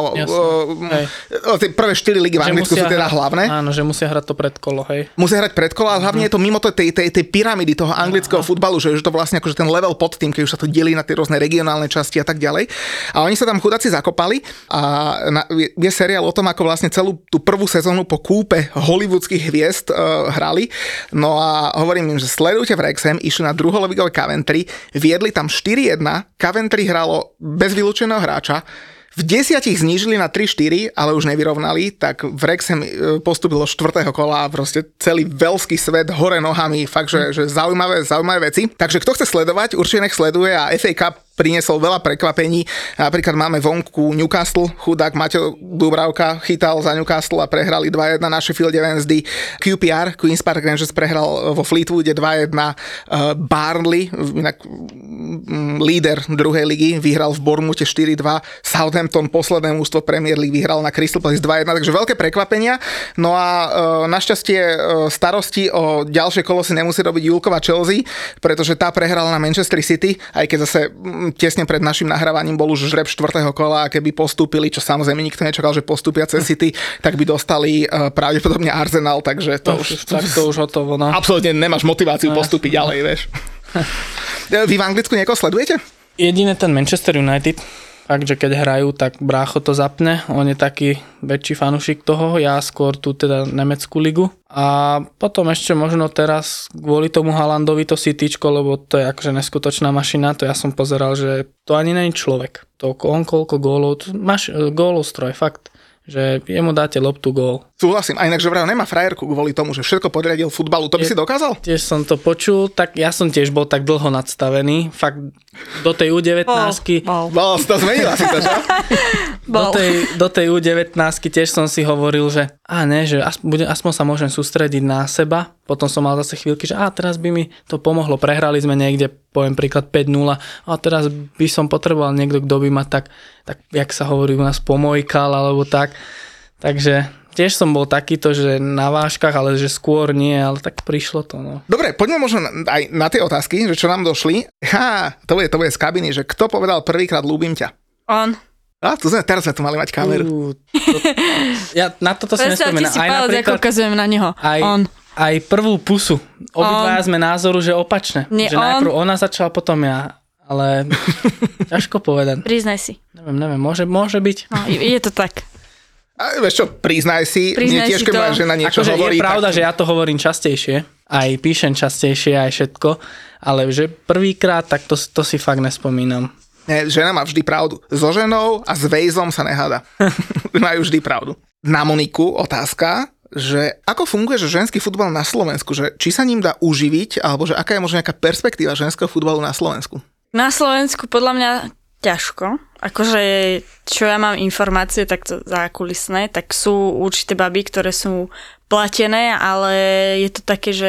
Uh, tie prvé štyri ligy v Anglicku sú teda hlavné. Áno, že musia hrať to predkolo, hej. Musia hrať predkolo, ale hlavne mm. je to mimo tej, tej, tej pyramidy toho anglického futbalu, že už to vlastne akože ten level pod tým, keď už sa to delí na tie rôzne regionálne časti a tak ďalej. A oni sa tam chudáci zakopali a na, je, je seriál o tom, ako vlastne celú tú prvú sezónu po kúpe hollywoodských hviezd uh, hrali. No a hovorím im, že sledujte Wrexham, išli na druholigové Coventry, viedli tam štyri jedna, Coventry hralo bez vylúčeného hráča, v desiatich znížili na tri štyri, ale už nevyrovnali, tak Wrexham postúpilo štvrtého kola a proste celý veľský svet hore nohami, fakt, že, že zaujímavé, zaujímavé veci. Takže kto chce sledovať, určite nech sleduje a ef á Cup priniesol veľa prekvapení. Napríklad máme vonku Newcastle, chudák Maťo Dúbravka chytal za Newcastle a prehrali dva jedna na Sheffield Wednesday. kú pé er, Queen's Park Rangers, prehral vo Fleetwoode dva jedna. Barnley, inak líder druhej ligy, vyhral v Bournemouthe štyri dva. Southampton, posledné mužstvo Premier League, vyhral na Crystal Palace dva jedna, takže veľké prekvapenia. No a našťastie starosti o ďalšie kolo si nemusí robiť Julkova Chelsea, pretože tá prehrala na Manchester City, aj keď zase tesne pred našim nahrávaním bol už žreb štvrtého kola a keby postúpili, čo samozrejme nikto nečakal, že postúpia cez City, tak by dostali uh, pravdepodobne Arsenal, takže to, to už... Tak to už hotovo, no. Absolútne nemáš motiváciu no, postúpiť ďalej, vieš. Vy v Anglicku niekoho sledujete? Jedine ten Manchester United. Fakt, že keď hrajú, tak brácho to zapne. On je taký väčší fanúšik toho, ja skôr tu teda nemeckú ligu. A potom ešte možno teraz kvôli tomu Haalandovi to Cityčko, lebo to je akože neskutočná mašina, to ja som pozeral, že to ani není človek. To on koľko gólov, máš gólov stroj, fakt. Že jemu dáte loptu, gól. Súhlasím, a inak, že vraj nemá frajerku kvôli tomu, že všetko podriadil futbalu. To by je, si dokázal? Tiež som to počul, tak ja som tiež bol tak dlho nadstavený. Fakt do tej ú devätnásť. Bol, bol. To zmenila si to, že? do, tej, do tej ú devätnásť tiež som si hovoril, že a ne, že aspoň, aspoň sa môžem sústrediť na seba. Potom som mal zase chvíľky, že a teraz by mi to pomohlo. Prehrali sme niekde, poviem príklad päť nula. A teraz by som potreboval niekto, kto by ma tak, tak jak sa hovorí u nás, pomojkal alebo tak. Takže tiež som bol takýto, že na vážkach, ale že skôr nie, ale tak prišlo to. No. Dobre, poďme možno aj na tie otázky, že čo nám došli. Ha, to bude, to bude z kabiny, že kto povedal prvýkrát ľúbim ťa? On. A tu sme, teraz sme tu mali mať kameru. Uh, to, ja na toto si nespomínam. Predstavte si, Pavel, ako ukazujem na neho. Aj, on. Aj prvú pusu. Obidvaja sme názoru, že opačne. Nie, že on. najprv ona začala, potom ja. Ale ťažko povedať. Priznaj si. Neviem, neviem, môže, môže byť. No, je to tak. A vieš čo, priznaj si, priznaj nie tiež, keď moja žena niečo akože hovorí. Je pravda, tak... že ja to hovorím častejšie, aj píšem častejšie, aj všetko, ale že prvýkrát, tak to, to si fakt nespomínam. Nie, žena má vždy pravdu. So ženou a s Vejzom sa neháda. Majú vždy pravdu. Na Moniku otázka, že ako funguje že ženský futbal na Slovensku, že či sa ním dá uživiť, alebo že aká je možno nejaká perspektíva ženského futbalu na Slovensku? Na Slovensku podľa mňa ťažko. Akože, čo ja mám informácie takto zákulisné, tak sú určité baby, ktoré sú platené, ale je to také, že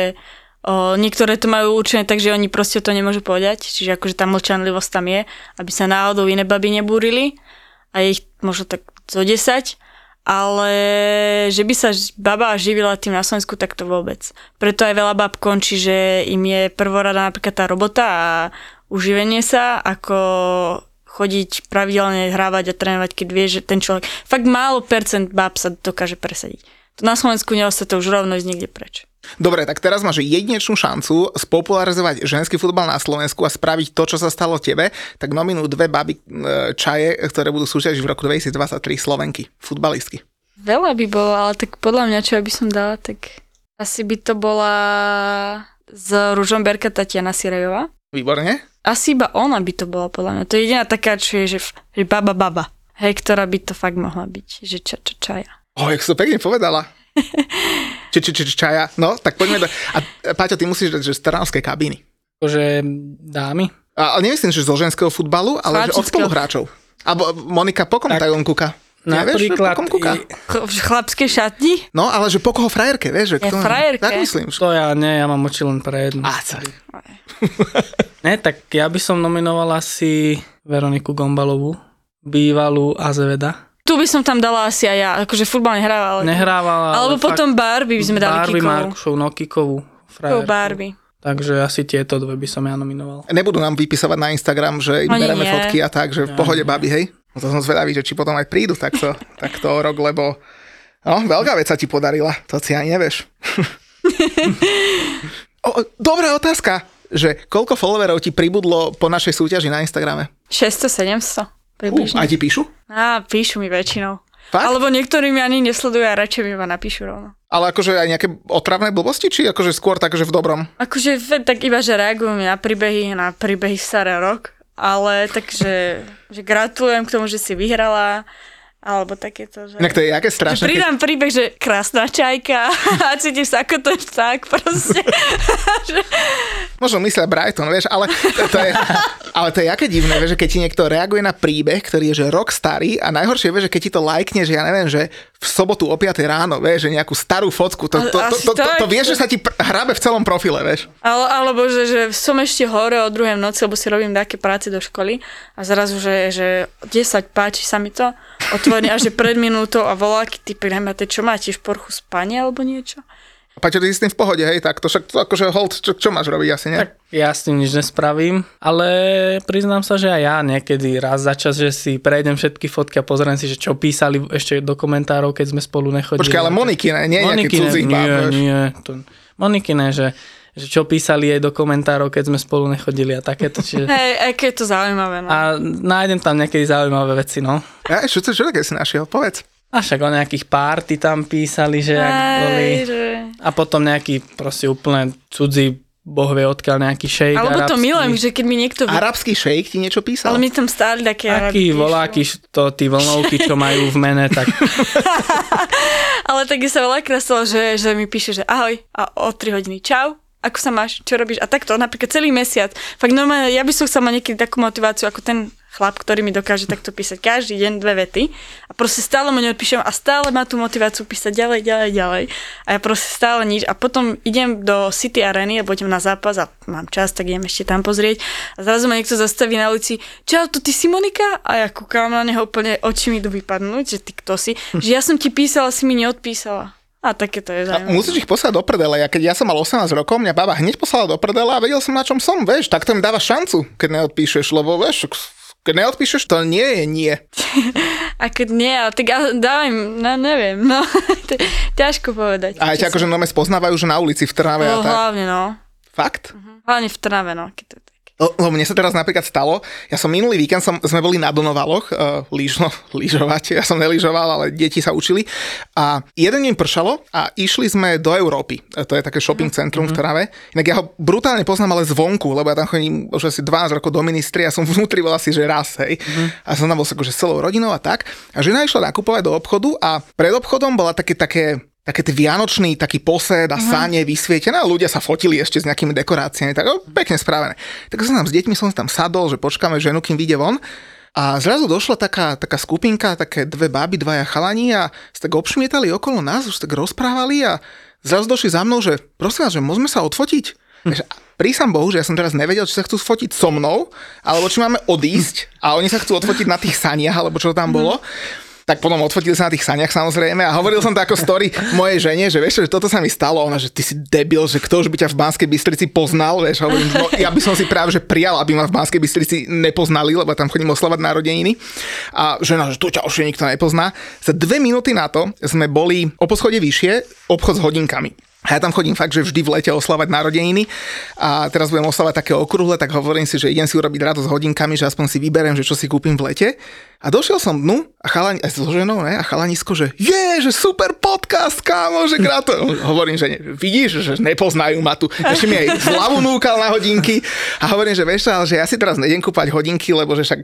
o, niektoré to majú určené, takže oni proste to nemôžu povedať. Čiže akože tá mlčanlivosť tam je, aby sa náhodou iné baby nebúrili. A je ich možno tak zo desať. Ale že by sa baba živila tým na Slovensku, tak to vôbec. Preto aj veľa bab končí, že im je prvorada napríklad tá robota a uživenie sa, ako chodiť pravidelne, hrávať a trénovať, keď vie, že ten človek... Fakt málo percent bab sa dokáže presadiť. To na Slovensku neostá to už rovno ísť niekde preč. Dobre, tak teraz máš jedinečnú šancu spopularizovať ženský futbal na Slovensku a spraviť to, čo sa stalo tebe, tak nominujú dve baby čaje, ktoré budú súťažiť v roku dvetisícdvadsaťtri Slovenky, futbalistky. Veľa by bolo, ale tak podľa mňa, čo by som dala, tak asi by to bola z Ružomberka Tatiana Sirejová. Výborne. Asi iba ona by to bola, podľa mňa. To je jediná taká, čo je, že, že baba baba. Hej, ktorá by to fakt mohla byť, že ča, ča, čaja. O, jak si to pekne povedala. Či, či, či, čaja. No, tak poďme do... A Paťo, ty musíš dať, že z trnavskej kabíny. Že dámy? A, ale nemyslím, že zo ženského futbalu, ale že od spoluhráčov. Alebo Monika, po kom tajom kúka? Napríklad... V chlapskej šatni? No, ale že po koho frajerke, vieš? Že ja frajerke? Tak myslím. To ja nie, ja mám oči len pre jednu. Á, celý. Ne, tak ja by som nominoval asi Veroniku Gombalovú, bývalú Azeveda. Tu by som tam dala asi aj ja, akože futbal nehrávala. Ale... Nehrávala, Alebo ale potom Barbie by sme dali Barbie Kikovú. Markušov, no Kikovú, frajerku. Barbie. Takže asi tieto dve by som ja nominoval. Nebudú nám vypisovať na Instagram, že im bereme fotky a tak, že v pohode babi, hej? No to som zvedavý, že či potom aj prídu takto, takto o rok, lebo no, veľká vec sa ti podarila, to si ani nevieš. O, dobrá otázka, že koľko followerov ti pribudlo po našej súťaži na Instagrame? šesťsto sedemsto. Uh, a ti píšu? Á, píšu mi väčšinou. Fakt? Alebo niektorí mi ani nesledujú a radšej mi iba napíšu rovno. Ale akože aj nejaké otravné blbosti, či akože skôr tak, že v dobrom? Akože tak iba, že reagujú mi na príbehy, na príbehy staré rok, ale takže že gratulujem k tomu, že si vyhrala, alebo takéto, že... Inak to je jaké strašné. Že pridám keď... príbeh, že krásna čajka a cítiš sa ako ten vták proste. Možno myslia Brighton, vieš, ale to, to je, ale to je jaké divné, vieš, že keď ti niekto reaguje na príbeh, ktorý je že rok starý a najhoršie je, že keď ti to lajkne, že ja neviem, že v sobotu o piatej ráno, vieš, že nejakú starú fotku, to, to, to, to, to, to vieš, že sa ti pr- hrabe v celom profile, vieš. Ale, alebo, že, že som ešte hore o druhej noci, lebo si robím také práce do školy a zrazu, že, že desať páči sa mi to, otvorený až pred minútou a voláky typy, nemáte, čo máte, šporchu spania alebo niečo? Paťo, ty si s tým v pohode, hej, tak to však, to akože hold, čo, čo máš robiť asi, nie? Tak ja s tým nič nespravím, ale priznám sa, že aj ja niekedy raz za čas, že si prejdem všetky fotky a pozriem si, že čo písali ešte do komentárov, keď sme spolu nechodili. Počkaj, ale Moniky, ne? Nie nejaký cudzích báb, nie, nie, to, Moniky ne, že, že čo písali jej do komentárov, keď sme spolu nechodili a takéto. Čiže... Hej, aké je to zaujímavé, no. A nájdem tam niekedy zaujímavé veci, no. Ja, čo, čo, čo také si našiel? Povedz. A však o nejakých párty tam písali, že jak boli. Že... A potom nejaký proste úplne cudzí, boh vie odkiaľ, nejaký šejk Alebo arabský. to milujem, že keď mi niekto... Arabský šejk ti niečo písal? Ale mi tam stáli také... Aký voláky, to tí vlnovky, čo majú v mene, tak... Ale tak sa veľakrát stalo, že, že mi píše, že ahoj a o tri hodiny čau. Ako sa máš, čo robíš a takto, napríklad celý mesiac. Fakt normálne, ja by som chcela mať niekedy takú motiváciu, ako ten chlap, ktorý mi dokáže takto písať každý deň dve vety a proste stále mu neodpíšem a stále má tú motiváciu písať ďalej, ďalej, ďalej a ja proste stále nič a potom idem do City Areny a budem na zápas a mám čas, tak idem ešte tam pozrieť a zrazu ma niekto zastaví na ulici, čau, to ty si Monika? A ja kúkam na neho úplne, oči mi idú vypadnúť, že ty kto si? Že ja som ti písala, si mi neodpísala. A také to je zaujímavé. Musíš ich poslať do prdele. Ja, keď ja som mal osemnásť rokov, mňa baba hneď poslala do prdele a vedel som, na čom som, vieš, tak to mi dáva šancu, keď neodpíšeš, lebo vieš, keď neodpíšeš, to nie je nie. A keď nie, ale tak dávaj, no neviem, no, ťažko povedať. A aj ťa akože nome spoznávajú, že na ulici v Trnave no, a tak. Hlavne, no. Fakt? Uh-huh. Hlavne v Trnave, no. Keď to Lebo mne sa teraz napríklad stalo, ja som minulý víkend, som, sme boli na Donovaloch, uh, lyžno, lyžovať, ja som nelyžoval, ale deti sa učili a jeden deň pršalo a išli sme do Európy, to je také shopping centrum mm-hmm. v Trnave, inak ja ho brutálne poznám, ale zvonku, lebo ja tam chodím už asi dvanásť rokov do ministry a som vnútri bol asi, že raz, hej, mm-hmm. a som tam bol akože s celou rodinou a tak a žena išla nakupovať do obchodu a pred obchodom bola také, také také tie vianočný taký posed a sáne vysvietené a ľudia sa fotili ešte s nejakými dekoráciami, tak o, pekne spravené. Tak som tam s deťmi som tam sadol, že počkáme ženu, kým vyjde von a zrazu došla taká, taká skupinka, také dve báby, dvaja chalani a sa tak obšmietali okolo nás, už tak rozprávali a zrazu došli za mnou, že prosím vás, že môžeme sa odfotiť? Hm. Prísam Bohu, že ja som teraz nevedel, či sa chcú fotiť so mnou, alebo či máme odísť a oni sa chcú odfotiť na tých saniach, alebo čo tam bolo. Tak potom odfotili sa na tých saniach samozrejme a hovoril som to ako story mojej žene, že vieš, že toto sa mi stalo, ona, že ty si debil, že kto už by ťa v Banskej Bystrici poznal, vieš, hovorím, no, ja by som si práve že prijal, aby ma v Banskej Bystrici nepoznali, lebo tam chodím oslavať narodeniny a žena, že tu ťa už nikto nepozná. Za dve minúty na to sme boli o poschodie vyššie, obchod s hodinkami. A ja tam chodím fakt, že vždy v lete oslavať narodeniny a teraz budem oslavať také okrúhle, tak hovorím si, že idem si urobiť radosť s hodinkami, že aspoň si vyberiem, že čo si kúpim v lete. A došiel som dnu a chalani, aj so ženou, ne? A chalanisko, že je, že super podcast, kámo, že gratulujem. Hovorím, že ne, vidíš, že nepoznajú ma tu. Ešte mi aj zľavu núkal na hodinky a hovorím, že vieš, ale že ja si teraz nejdem kúpať hodinky, lebo že však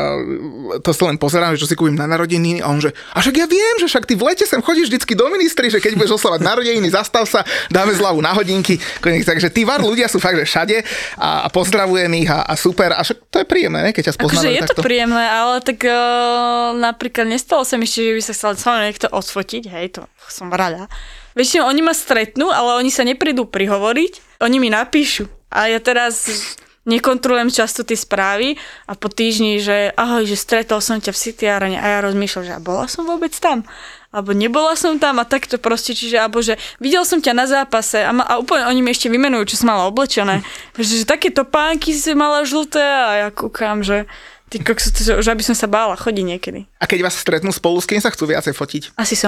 uh, to sa len pozerám, že čo si kúpim na narodeniny a on, že a však ja viem, že však ty v lete sem chodíš vždycky do ministry, že keď budeš oslavať narodeniny, zastav sa, dáme zľavu na hodinky. Takže tí var ľudia sú fakt, že všade a, a pozdravujem ich a, a super. A však to je príjemné, ne? Keď ťa spoznávajú akože je takto. to príjemné, ale tak uh, napríklad nestalo sa mi ešte, že by sa chcel sa niekto odfotiť, hej, to som rada. Väčšinou oni ma stretnú, ale oni sa neprídu prihovoriť, oni mi napíšu. A ja teraz nekontrolujem často tie správy a po týždni, že ahoj, že stretol som ťa v City Arene a ja rozmýšľam, že a bola som vôbec tam? Alebo nebola som tam a takto proste, čiže, alebo že videl som ťa na zápase a, ma, a úplne oni mi ešte vymenujú, čo som mala oblečené. Že, že také topánky si mala žlté a ja kúkam, že ty kokso, že aby som sa bála chodiť niekedy. A keď vás stretnú spolu, s kým sa chcú viacej fotiť? Asi so mňou.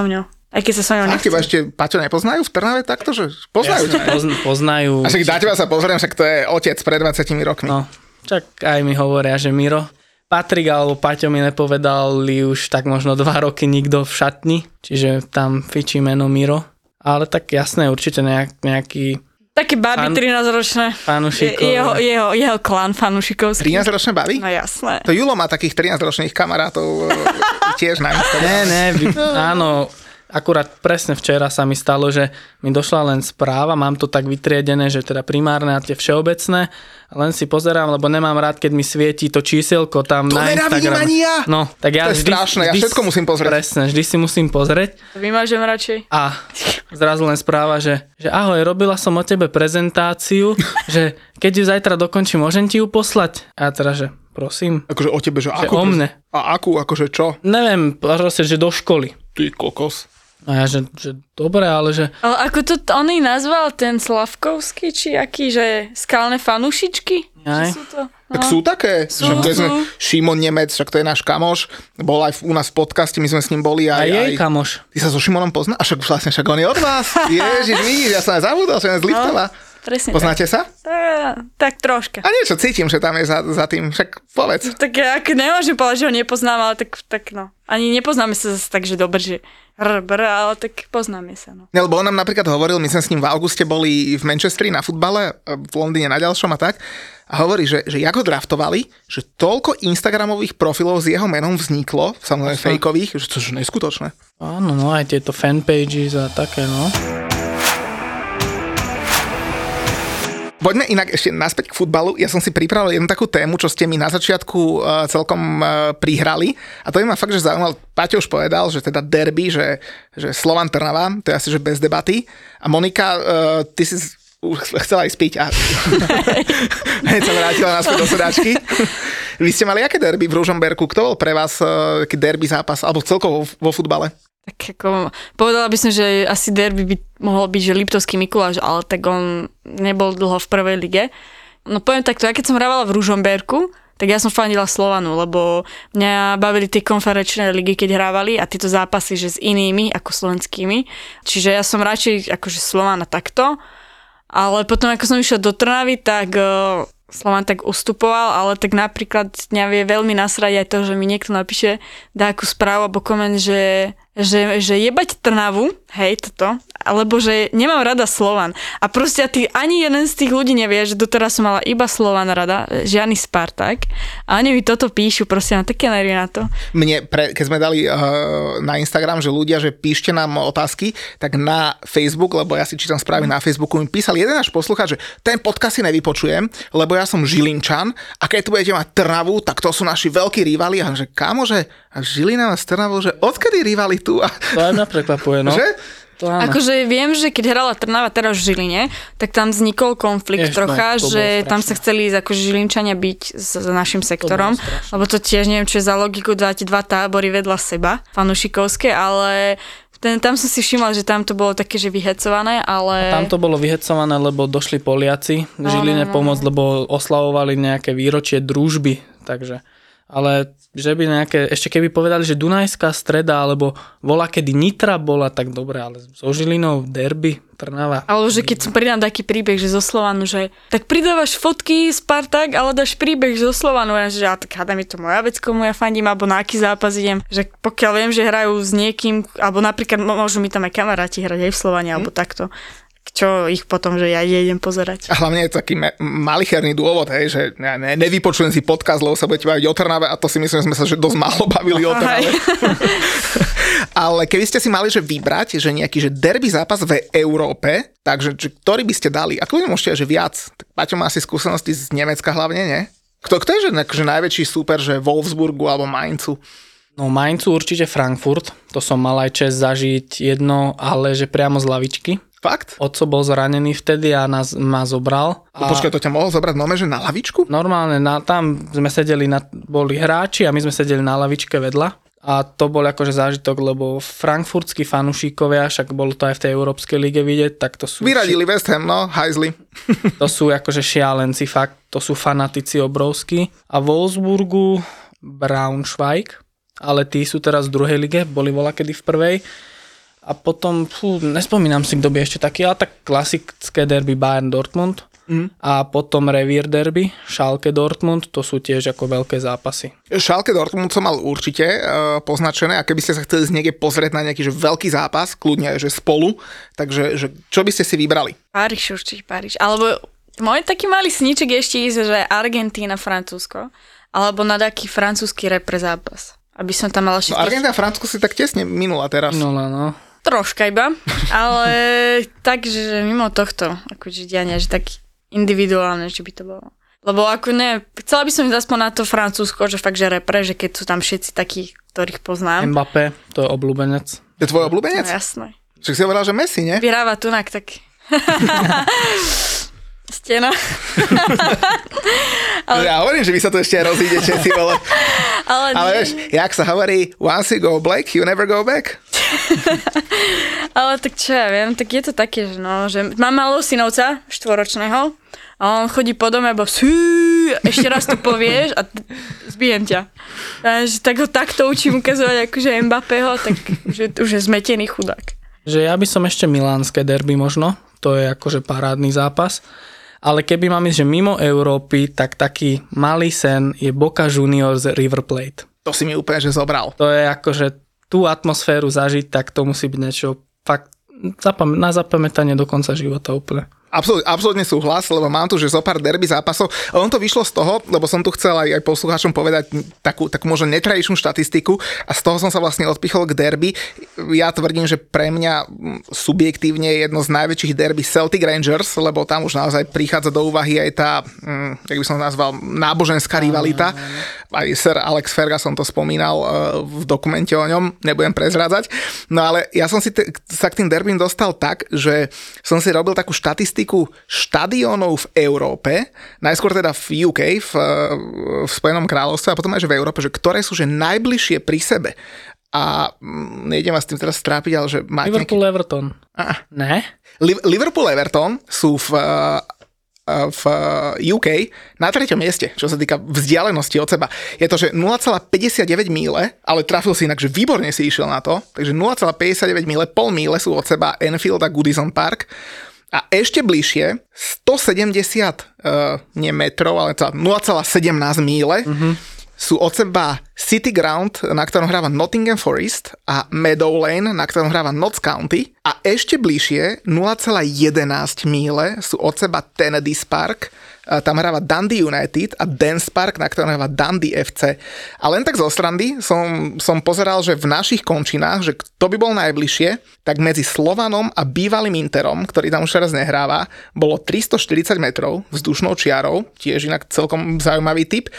Aj keď sa so ňou A teba nechcem. ešte Paťo nepoznajú v Trnave takto, že poznajú Jasne, ťa? pozn- poznajú. A však na teba sa pozriem, však to je otec pred dvadsiatimi rokmi. No, čak aj mi hovoria, že Miro. Patrik alebo Paťo mi nepovedali už tak možno dva roky nikto v šatni, čiže tam fičí meno Miro. Ale tak jasné, určite nejak, nejaký Také baby Fan- trinásťročné. fanúšikov. Je- Jeho, jeho, jeho klan fanúšikovský. trinásťročné baby? No jasné. To Julo má takých trinásťročných kamarátov e, tiež na Instagrame. Ne, ne, vy, áno, akurát presne včera sa mi stalo, že mi došla len správa, mám to tak vytriedené, že teda primárne a tie všeobecné, a len si pozerám, lebo nemám rád, keď mi svieti to čísielko tam To na nenávidím Instagram. ani ja. No, tak ja To je vždy, strašné, ja vždy, všetko musím pozrieť. Presne, vždy si musím pozrieť Vymažem radšej. a zrazu len správa, že, že ahoj, robila som o tebe prezentáciu, že keď ju zajtra dokončím, môžem ti ju poslať? A ja teda, že prosím, Akože o tebe, že že akú? o mne. A akú, akože čo? Neviem, proste, že do školy. Ty kokos. A ja, že, že dobre, ale že Ale ako to t- on ich nazval, ten Slavkovský, či aký, že skalné fanúšičky? Aj. Či sú to? No. Tak sú také, Sú, že to je sú. sme, Šimon Nemec, však to je náš kamoš, bol aj v, u nás v podcaste, my sme s ním boli a aj... jej aj kamoš. Ty sa so Šimonom pozná? A však vlastne, však on je od vás. Ježiš, vidíš, ja som aj zabudol, že on je z Liptova. Presne Poznáte sa? tak. Tak troška. A niečo cítim, že tam je za, za tým, však povedz. Tak ja ak nemôžem povedať, že ho nepoznám, ale tak, tak no. Ani nepoznáme sa zase tak, že dobre, že rbr, ale tak poznáme sa, no. Ne, lebo on nám napríklad hovoril, my sme s ním v auguste boli v Manchesteri na futbale, v Londýne na ďalšom a tak, a hovorí, že, že jak ho draftovali, že toľko instagramových profilov s jeho menom vzniklo, samozrejme fejkových, že to je neskutočné. Áno, no aj tieto fanpages a také, no. Poďme inak ešte naspäť k futbalu. Ja som si pripravil jednu takú tému, čo ste mi na začiatku uh, celkom uh, prihrali. A to je ma fakt, že zaujímal. Paťo už povedal, že teda derby, že, že Slovan Trnava, to je asi že bez debaty. A Monika, uh, ty si už chcela ísť piť a hneď sa vrátila naspäť do sedačky. Vy ste mali aké derby v Ružomberku? Kto bol pre vás uh, aký derby zápas? Alebo celkovo vo, vo futbale? Tak ako, povedala by som, že asi derby by mohol byť, že Liptovský Mikuláš, ale tak on nebol dlho v prvej lige. No poviem takto, ja keď som hrávala v Ružomberku, tak ja som fandila Slovanu, lebo mňa bavili tie konferenčné ligy, keď hrávali a tieto zápasy, že s inými ako slovenskými. Čiže ja som radšej akože Slovana takto, ale potom ako som išla do Trnavy, tak uh, Slovan tak ustupoval, ale tak napríklad mňa vie veľmi nasrať aj to, že mi niekto napíše, dá akú správu alebo koment, že že, že jebať Trnavu, hej, toto, alebo že nemám rada Slovan. A proste ty, ani jeden z tých ľudí nevie, že doteraz som mala iba Slovan rada, žiadny Spartak. A oni mi toto píšu, proste mám také nervy na to. Mne, pre, keď sme dali uh, na Instagram, že ľudia, že píšte nám otázky, tak na Facebook, lebo ja si čítam správy na Facebooku, mi písal jeden náš poslucháč, že ten podcast si nevypočujem, lebo ja som Žilinčan a keď tu budete mať Trnavu, tak to sú naši veľkí rivali. A že kámo, že a Žilina má s Trnavou, že odkedy rivali tu? A... To aj mňa prekvapuje, no. Že? To áno. Akože viem, že keď hrala Trnava teraz v Žiline, tak tam vznikol konflikt Jež, trocha, no, to že bolo tam sa strašné. chceli ísť akože Žilinčania byť s, s našim sektorom, To bolo strašné. lebo to tiež neviem, čo je za logiku dať dva tábory vedľa seba, fanušikovské, ale ten, tam som si všimla, že tam to bolo také, že vyhecované, ale... Tam to bolo vyhecované, lebo došli Poliaci v Žiline no, no, no. pomôcť, lebo oslavovali nejaké výročie družby, takže... Ale že by nejaké, ešte keby povedali, že Dunajská streda, alebo bola, kedy Nitra bola, tak dobre, ale so Žilinou, derby, Trnava. Alebo že keď som pridám taký príbeh, že zo Slovanu, že tak pridávaš fotky Spartak, ale dáš príbeh zo Slovanu, a že a tak hádam, je to moja vec, komu ja fandím, alebo na aký zápas idem. Že pokiaľ viem, že hrajú s niekým, alebo napríklad môžu mi tam aj kamaráti hrať aj v Slovane, alebo takto. Čo ich potom, že ja idem pozerať. A hlavne je to taký me- malicherný dôvod, hej, že ja ne, nevypočujem si podcast, lebo sa budete baviť o Trnave a to si myslím, že sme sa že dosť málo bavili o Trnave. Ale keby ste si mali že vybrať, že nejaký že derby zápas v Európe, takže že, ktorý by ste dali? A kľudne môžete, že viac. Tak Paťo má asi skúsenosti z Nemecka hlavne, nie? Kto, kto je že, že najväčší súper, že Wolfsburgu alebo Mainzu? No Mainzu určite Frankfurt, to som mal aj čest zažiť jedno, ale že priamo z lavičky. Fakt? Oco bol zranený vtedy a nás, ma zobral. A... Počkaj, to ťa mohol zobrať nome, že na lavičku? Normálne, na, tam sme sedeli, na, boli hráči a my sme sedeli na lavičke vedľa. A to bol akože zážitok, lebo frankfurtskí fanúšikovia, však bolo to aj v tej Európskej lige vidieť, tak to sú... Vyradili West Ham, no, hajzli. To sú akože šialenci, fakt, to sú fanatici obrovskí. A v Wolfsburgu Braunschweig, ale tí sú teraz v druhej lige, boli voľakedy v prvej. A potom, fú, nespomínam si, kto by ešte taký, ale tak klasické derby Bayern Dortmund. Mm. A potom revír derby, Schalke Dortmund, to sú tiež ako veľké zápasy. Schalke Dortmund som mal určite uh, poznačené, a keby ste sa chceli z niekde pozrieť na nejaký že veľký zápas, kľudne že spolu, takže že, čo by ste si vybrali? Paríž, určite Paríž. Alebo môj taký malý sníček je ešte ísť, že Argentína, Francúzsko, alebo na taký francúzsky repre zápas. Aby som tam mala ešte... No, Argentína, Francúzsko si tak tesne minula teraz. No, no, no. Troška iba, ale takže mimo tohto, akože diania, že taký individuálne, že by to bolo. Lebo ako ne, chcela by som ísť aspoň na to Francúzsko, že fakt, že repre, že keď sú tam všetci takí, ktorých poznám. Mbappé, to je obľúbenec. To je tvoj obľúbenec? No jasné. Však si hovorila, že Messi, nie? Vyráva tunak, tak... Stena. ale... Ja hovorím, že vy sa tu ešte rozídete, ty vole. Ale, ale vieš, jak sa hovorí, once you go black, you never go back. Ale tak čo ja viem, tak je to také, že no, že mám malého synovca, štvoročného, a on chodí po dome, bo sí, ešte raz to povieš a t- zbijem ťa. A že tak ho takto učím ukazovať akože Mbappého, tak že už je zmetený chudák. Že ja by som ešte milánske derby možno, to je akože parádny zápas. Ale keby mám ísť, že mimo Európy, tak taký malý sen je Boca Juniors River Plate. To si mi úplne že zobral. To je akože tú atmosféru zažiť, tak to musí byť niečo fakt zapam- na zapamätanie do konca života úplne. Absolutne, absolútne súhlas, lebo mám tu, že zo pár derby zápasov. A on to vyšlo z toho, lebo som tu chcel aj, aj poslucháčom povedať takú, takú možno netradičnú štatistiku a z toho som sa vlastne odpichol k derby. Ja tvrdím, že pre mňa subjektívne je jedno z najväčších derby Celtic Rangers, lebo tam už naozaj prichádza do úvahy aj tá, hm, jak by som nazval, náboženská rivalita. Aj Sir Alex Ferguson to spomínal v dokumente o ňom, nebudem prezrádzať. No ale ja som si te, sa k tým derbym dostal tak, že som si robil takú štatistiku štadiónov v Európe, najskôr teda v ú ká, v, v Spojenom kráľovstve a potom aj že v Európe, že ktoré sú že najbližšie pri sebe. A nejdem vás tým teraz strápiť, ale že máte Liverpool nejaký... Everton. Ah. Ne? Li- Liverpool Everton sú v, v ú ká na treťom mieste, čo sa týka vzdialenosti od seba. Je to, že nula celá päťdesiatdeväť míle, ale trafil si inak, že výborne si išiel na to, takže nula celá päťdesiatdeväť míle, pol míle sú od seba Anfield a Goodison Park. A ešte bližšie, stosedemdesiat uh, nie metrov, ale nula celá sedemnásť míle, mm-hmm. sú od seba City Ground, na ktorom hráva Nottingham Forest a Meadow Lane, na ktorom hráva Notts County. A ešte bližšie, nula celá jedenásť míle, sú od seba Tennis Park, tam hráva Dundee United a Dance Park, na ktorom hráva Dundee ef cé. A len tak zo strandy som, som pozeral, že v našich končinách, že kto by bol najbližšie, tak medzi Slovanom a bývalým Interom, ktorý tam už teraz nehráva, bolo tristoštyridsať metrov vzdušnou čiarou, tiež inak celkom zaujímavý typ.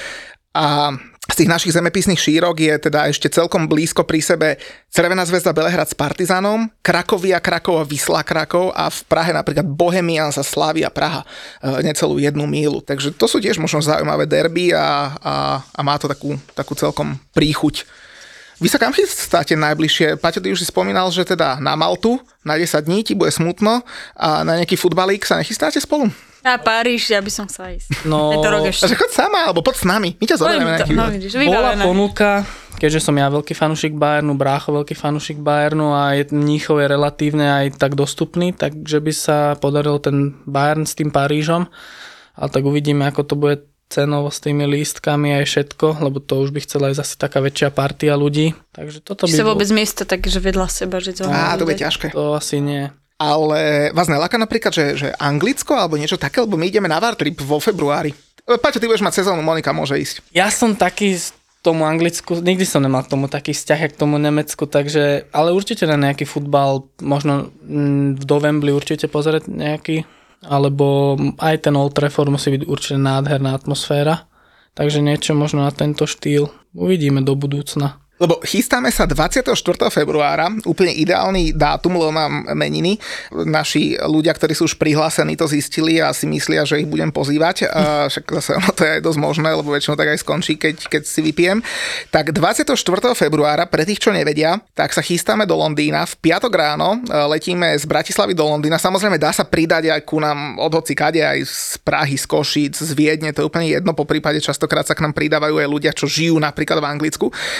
A z tých našich zemepisných šírok je teda ešte celkom blízko pri sebe Crvená zväzda Belehrad s Partizanom, Krakovia Krakov a Wisla Krakov a v Prahe napríklad Bohemians a Slavia Praha e, necelú jednu mílu. Takže to sú tiež možno zaujímavé derby a, a, a má to takú, takú celkom príchuť. Vy sa kam chystáte najbližšie? Paťo, ty už si spomínal, že teda na Maltu na desať dní ti bude smutno a na nejaký futbalík sa nechystáte spolu? A Paríž, ja by som chcela ísť. No, že chod sama, alebo poď s nami. My ťa zoberieme na nejaký no, Bola ponuka, keďže som ja veľký fanúšik Bayernu, brácho veľký fanúšik Bayernu a je, Mníchov je relatívne aj tak dostupný, takže by sa podaril ten Bayern s tým Parížom. Ale tak uvidíme, ako to bude cenovo s tými lístkami aj všetko, lebo to už by chcela aj zase taká väčšia partia ľudí. Takže toto by sa vôbec bol... miesto takže vedľa seba, že to... Á, to bude ťažké. To asi nie. Ale vás neláka napríklad, že, že Anglicko alebo niečo také, lebo my ideme na Wartrip vo februári. Paťo, ty budeš mať sezónu, Monika môže ísť. Ja som taký z tomu Anglicku, nikdy som nemal k tomu taký vzťah k tomu Nemecku, takže, ale určite na nejaký futbal, možno do Wembley určite pozrieť nejaký, alebo aj ten Old Trafford musí byť určite nádherná atmosféra, takže niečo možno na tento štýl. Uvidíme do budúcna. Lebo chystáme sa dvadsiateho štvrtého februára, úplne ideálny dátum, lebo mám meniny. Naši ľudia, ktorí sú už prihlásení, to zistili a si myslia, že ich budem pozývať. A však zase ono to je aj dosť možné, lebo väčšinou tak aj skončí, keď, keď si vypijem. Tak dvadsiateho štvrtého februára, pre tých, čo nevedia, tak sa chystáme do Londýna. V piatok ráno letíme z Bratislavy do Londýna. Samozrejme dá sa pridať aj ku nám od hocikade, aj z Prahy, z Košíc, z Viedne, to je úplne jedno. Po prípade častokrát sa k nám pridávajú aj ľudia, čo žijú napríklad v Anglicku. A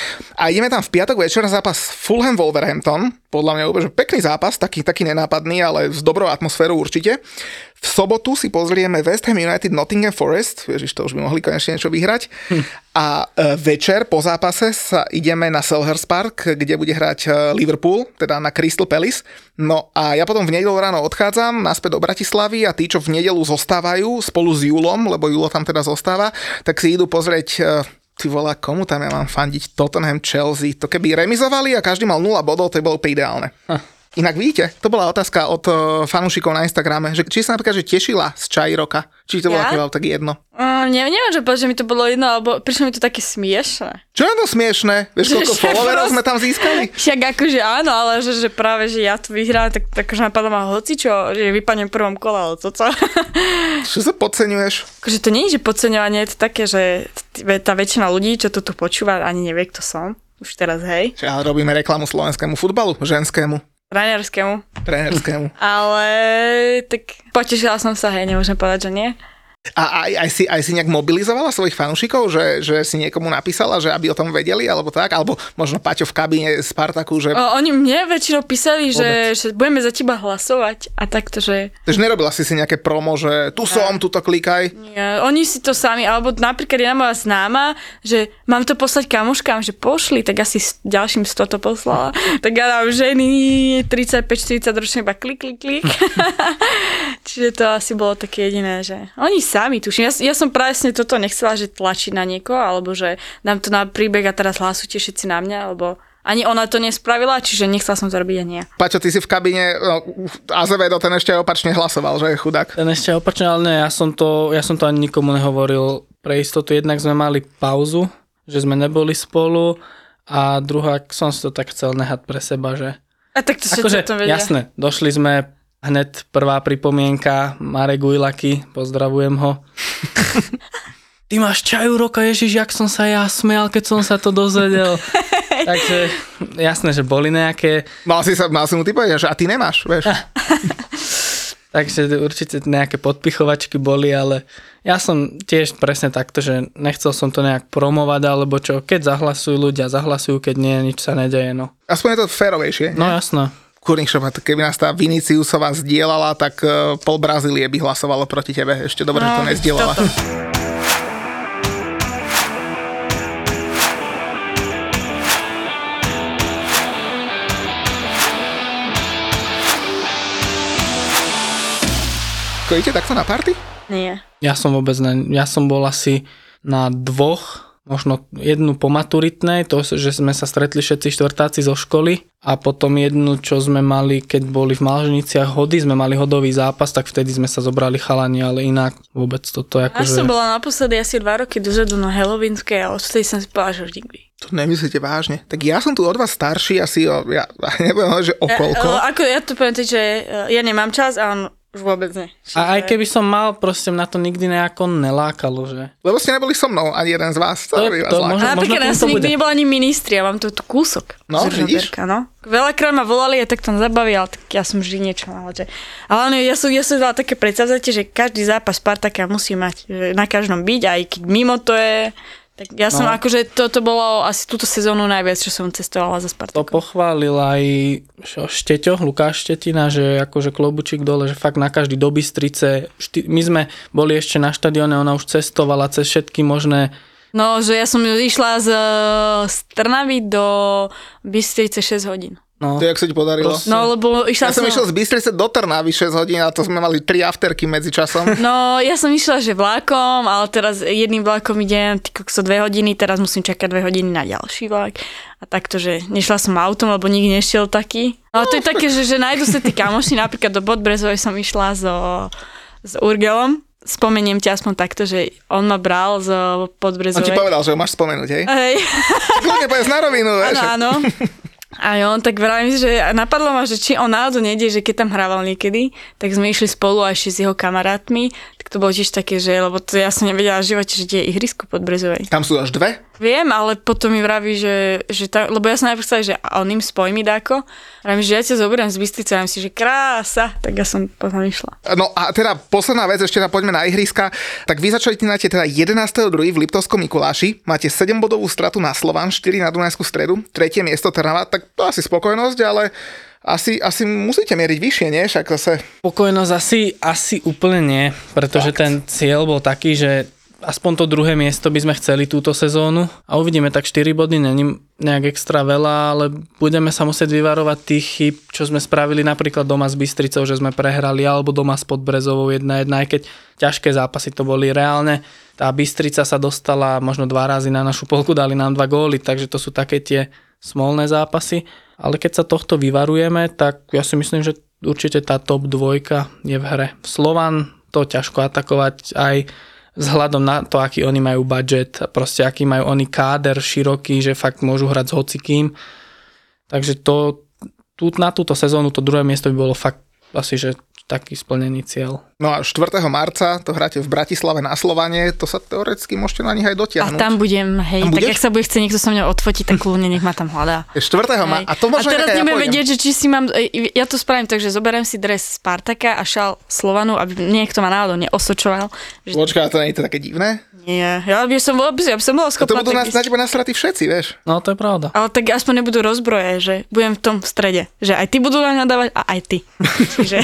A ideme tam v piatok večer na zápas Fulham Wolverhampton. Podľa mňa úplne pekný zápas, taký, taký nenápadný, ale s dobrou atmosférou určite. V sobotu si pozrieme West Ham United Nottingham Forest. Ježiš, to už by mohli konečne niečo vyhrať. Hm. A večer po zápase sa ideme na Selhurst Park, kde bude hrať Liverpool, teda na Crystal Palace. No a ja potom v nedeľu ráno odchádzam naspäť do Bratislavy a tí, čo v nedeľu zostávajú spolu s Julom, lebo Julo tam teda zostáva, tak si idú pozrieť... Ty volá, komu tam ja mám fandiť? Tottenham, Chelsea. To keby remizovali a každý mal nula bodov, to bolo úplne ideálne. Huh. Inak vidíte, to bola otázka od uh, fanúšikov na Instagrame, že či sa napríklad že tešila z Čaj roka, či to bolo ja? tak jedno. Uh, ne, neviem, že, že mi to bolo jedno, alebo prišlo mi to také smiešné. Čo je to smiešné? Vieš, koľko followerov sme tam získali? Však akože áno, ale že, že práve, že ja to vyhrám, tak akože napadlo ma hocičo, že vypadnem v prvom kole, ale to co? Čo sa podceňuješ? Akože to nie je, že podceňovanie, je to také, že tá väčšina ľudí, čo to tu počúva, ani nevie, kto som. Už teraz, hej. Čiže ale robíme reklamu slovenskému futbalu, ženskému. Trénerskému. Trénerskému. Ale tak potešila som sa, hej, nemôžem povedať, že nie. A aj, aj, si, aj si nejak mobilizovala svojich fanúšikov, že, že si niekomu napísala, že aby o tom vedeli, alebo tak? Alebo možno Paťo v kabíne Spartaku, že... O, oni mne väčšinou písali, že, že budeme za teba hlasovať a takto, že... Takže nerobila si si nejaké promo, že tu som, tuto klikaj? Nie, oni si to sami, alebo napríklad jedna moja známa, že mám to poslať kamoškám, že pošli, tak asi s ďalším sto to poslala. Tak ja dám ženy tridsaťpäť štyridsať ročne iba klik, klik, klik. Čiže to asi bolo také jediné, že oni sami tuším. Ja, ja som presne toto nechcela, že tlačiť na niekoho, alebo že dám to na príbeh a teraz hlasujte všetci na mňa, alebo ani ona to nespravila, čiže nechcela som to robiť a nie. Paťo, ty si v kabíne, no, Azevedo, ten ešte opačne hlasoval, že je chudák. Ten ešte opačne, ale ne, ja som to, ja som to ani nikomu nehovoril. Pre istotu jednak sme mali pauzu, že sme neboli spolu a druhá, som si to tak chcel nehať pre seba, že... A tak to všetko akože, to vedia. Jasné, došli sme... Hneď prvá pripomienka, Marek Ujlaky, pozdravujem ho. Ty máš čaju roka, ježiš, jak som sa ja smial, keď som sa to dozvedel. Takže jasné, že boli nejaké... Mal si, sa, mal si mu ty povedať, že a ty nemáš, vieš. Takže určite nejaké podpichovačky boli, ale ja som tiež presne takto, že nechcel som to nejak promovať, alebo čo, keď zahlasujú ľudia, zahlasujú, keď nie, nič sa nedeje, no. Aspoň je to férovejšie, No jasné. Kurník šopa, keby nás tá Viniciusová zdieľala, tak uh, pol Brazílie by hlasovalo proti tebe. Ešte dobre, no, že to nezdieľala. Toto. Chodíte takto na party? Nie. Ja som vôbec ne, ja som bol asi na dvoch, možno jednu po maturitnej, to, že sme sa stretli všetci štvrtáci zo školy a potom jednu, čo sme mali, keď boli v Malženiciach hody, sme mali hodový zápas, tak vtedy sme sa zobrali chalani, ale inak vôbec toto Ja akože... som bola naposledy asi dva roky dozadu na Halloweenskej a odtedy som si povedala, že nikdy. To nemyslíte vážne? Tak ja som tu od vás starší asi o, ja nebudem hovoriť, že o koľko. Ja, ako ja to poviem, že ja nemám čas a on už vôbec ne. Čiže... A aj keby som mal, proste na to nikdy nejako nelákalo, že... Lebo ste neboli so mnou, ani jeden z vás. To, to, to možno, a napríklad ja som nikdy nebola ani ministri, ja mám tu, tu kúsok. No, vidíš? No. Veľakrát ma volali a tak tam zabaví, ale tak ja som vždy niečo mala. Že... Ale ja som, ja som dala také predsavzatie, že každý zápas Spartaka musí mať, že na každom byť, aj keď mimo to je... Tak ja som no. akože, toto bolo asi túto sezónu najviac, čo som cestovala za Spartakom. To pochválil aj Šteťo, Lukáš Štetina, že akože klobučík dole, že fakt na každý do Bystrice. My sme boli ešte na štadióne, ona už cestovala cez všetky možné... No, že ja som išla z, z Trnavy do Bystrice šesť hodín. No. To jak sa ti podarilo? Proste. No, lebo išla ja som som... išiel z Bystrice do Trnavy šesť hodín a to sme mali tri afterky medzi časom. No, ja som išla, že vlákom, ale teraz jedným vlákom idem, ty kokso dve hodiny, teraz musím čakať dve hodiny na ďalší vlak. A takto, že nešla som autom, lebo nikdy nešiel taký. No, to je také, že, že nájdu sa tí kamoši, napríklad do Podbrezovej som išla so, s Urgelom. Spomeniem ťa aspoň takto, že on ma bral z Podbrezovej. On ti povedal, že ho máš spomenúť, hej? Hej. Kľudne povedz na rovinu, vieš. Áno, áno. A on tak vravím, že napadlo ma, že či on náhodou nejde, že keď tam hrával niekedy, tak sme išli spolu a ešte s jeho kamarátmi, tak to bolo tiež také, že, lebo to ja som nevedela v živote, že kde je ihrisko Podbrezovej. Tam sú až dve? Viem, ale potom mi vraví, že, že tá, lebo ja som najprv chcela, že on im spojí mi dáko. Vravím, že ja ťa zoberiem z Bystrice, a si, že krása. Tak ja som potom išla. No a teda posledná vec, ešte teda poďme na ihriska. Tak vy začínate teda jedenásteho druhého v Liptovskom Mikuláši. Máte sedembodovú stratu na Slovan, štyri na Dunajskú Stredu, tretie miesto Trnava. Tak to asi spokojnosť, ale asi, asi musíte mieriť vyššie, nie? Však zase... Spokojnosť asi, asi úplne nie, pretože Fakt. ten cieľ bol taký, že aspoň to druhé miesto by sme chceli túto sezónu a uvidíme, tak štyri body není nejak extra veľa, ale budeme sa musieť vyvarovať tých chyb, čo sme spravili napríklad doma s Bystricou, že sme prehrali, alebo doma s Podbrezovou jedna jedna, aj keď ťažké zápasy to boli reálne. Tá Bystrica sa dostala možno dva razy na našu polku, dali nám dva góly, takže to sú také tie smolné zápasy. Ale keď sa tohto vyvarujeme, tak ja si myslím, že určite tá top dvojka je v hre. Slovan to ťažko atakovať aj vzhľadom na to, aký oni majú budget, proste aký majú oni káder široký, že fakt môžu hrať s hocikým. Takže to, tú, na túto sezónu to druhé miesto by bolo fakt asi, že taký splnený cieľ. No a štvrtého marca to hráte v Bratislave na Slovanie, to sa teoreticky môžete na nich aj dotiahnuť. A tam budem, hej, tam tak ak sa bude chce niekto so mňou odfotiť, tak kľudne nech ma tam hľadá. štvrtého marca. A to možno a teraz ja nebudem vedieť, že či si mám, ja to spravím tak, že zoberiem si dres Spartaka a šal Slovanu, aby niekto ma náhodou neosočoval. Že... Počkaj, to nie je to také divné? Nie, ja by som bola, ja by som bola schopná. To budú nás na teba nasratí všetci, vieš. No to je pravda. Ale tak aspoň nebudú rozbroje, že budem v tom strede, že aj ty budú na nadávať a aj ty. Čiže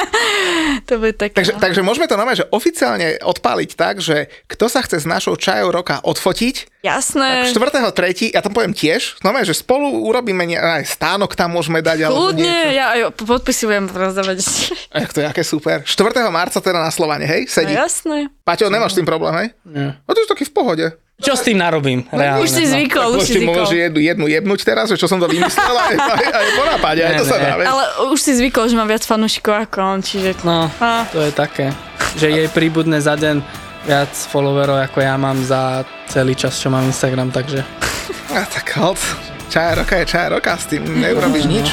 to bude také. Takže, no. takže môžeme to normálne, že oficiálne odpáliť tak, že kto sa chce s našou čajou roka odfotiť, jasné. štvrtého tretieho ja tam poviem tiež, normálne, že spolu urobíme ne, aj stánok tam môžeme dať. Kľudne, ja aj podpisy budem rozdávať. Ach, to je aké super. štvrtého marca teda na Slovane, hej? Sedí. No jasné. Paťo, nemáš s tým problém, hej? Nie. No to je taký v pohode. Čo s tým narobím? Reálne, už si zvykol, no. už si zvykol. Môžeš jednu, jednu jebnúť teraz, že čo som to vymyslel aj, aj, aj po nápade, aj to sa dá. Ale už si zvykol, že mám viac fanúšikov ako on, čiže... No, a. to je také, že jej príbudne za deň viac followerov, ako ja mám za celý čas, čo mám Instagram, takže... A tak hold, čaja roka je čaja roka, s tým neurobíš nič.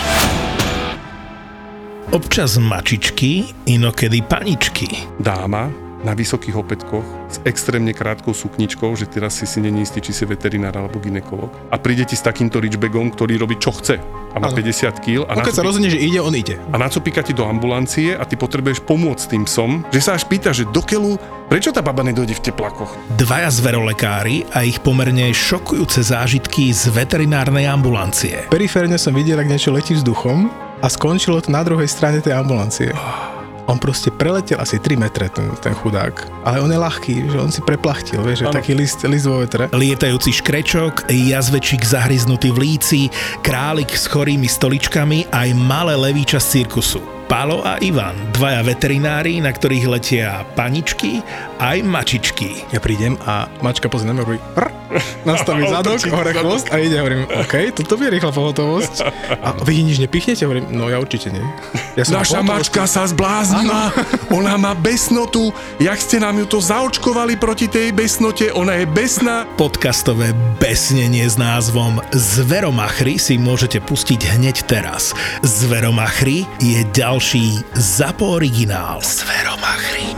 Občas mačičky, inokedy paničky. Dáma na vysokých opätkoch s extrémne krátkou sukničkou, že teraz si si není istý, či si veterinár alebo gynekolog. A príde ti s takýmto ridgebagom, ktorý robí čo chce. A má ano. päťdesiat kíl. A no, keď sa rozhodne, že ide, on ide. A nacopíka ti do ambulancie a ty potrebuješ pomôcť tým psom, že sa až pýta, že do keľu, prečo tá baba nedojde v teplakoch? Dvaja zverolekári a ich pomerne šokujúce zážitky z veterinárnej ambulancie. Periférne som videl, ak niečo letí vzduchom a skončilo to na druhej strane tej ambulancie. On proste preletel asi tri metre, ten, ten chudák. Ale on je ľahký, že on si preplachtil, vieš, že taký list, list vo vetre. Lietajúci škrečok, jazvečík zahryznutý v líci, králik s chorými stoličkami, aj malé levíča z cirkusu. Pálo a Ivan, dvaja veterinári, na ktorých letia paničky aj mačičky. Ja prídem a mačka pozrie na mňa, hovorí nastaví zadok, hore chvost a ide, hovorím, OK, toto je rýchla pohotovosť. A vy nič nepichnete? Hovorím, no ja určite nie. Ja Naša mačka sa zbláznila, ona má besnotu, jak ste nám ju to zaočkovali proti tej besnote, ona je besná. Podcastové besnenie s názvom Zveromachry si môžete pustiť hneď teraz. Zveromachry je ďalší ZAPO originál. Zveromachry.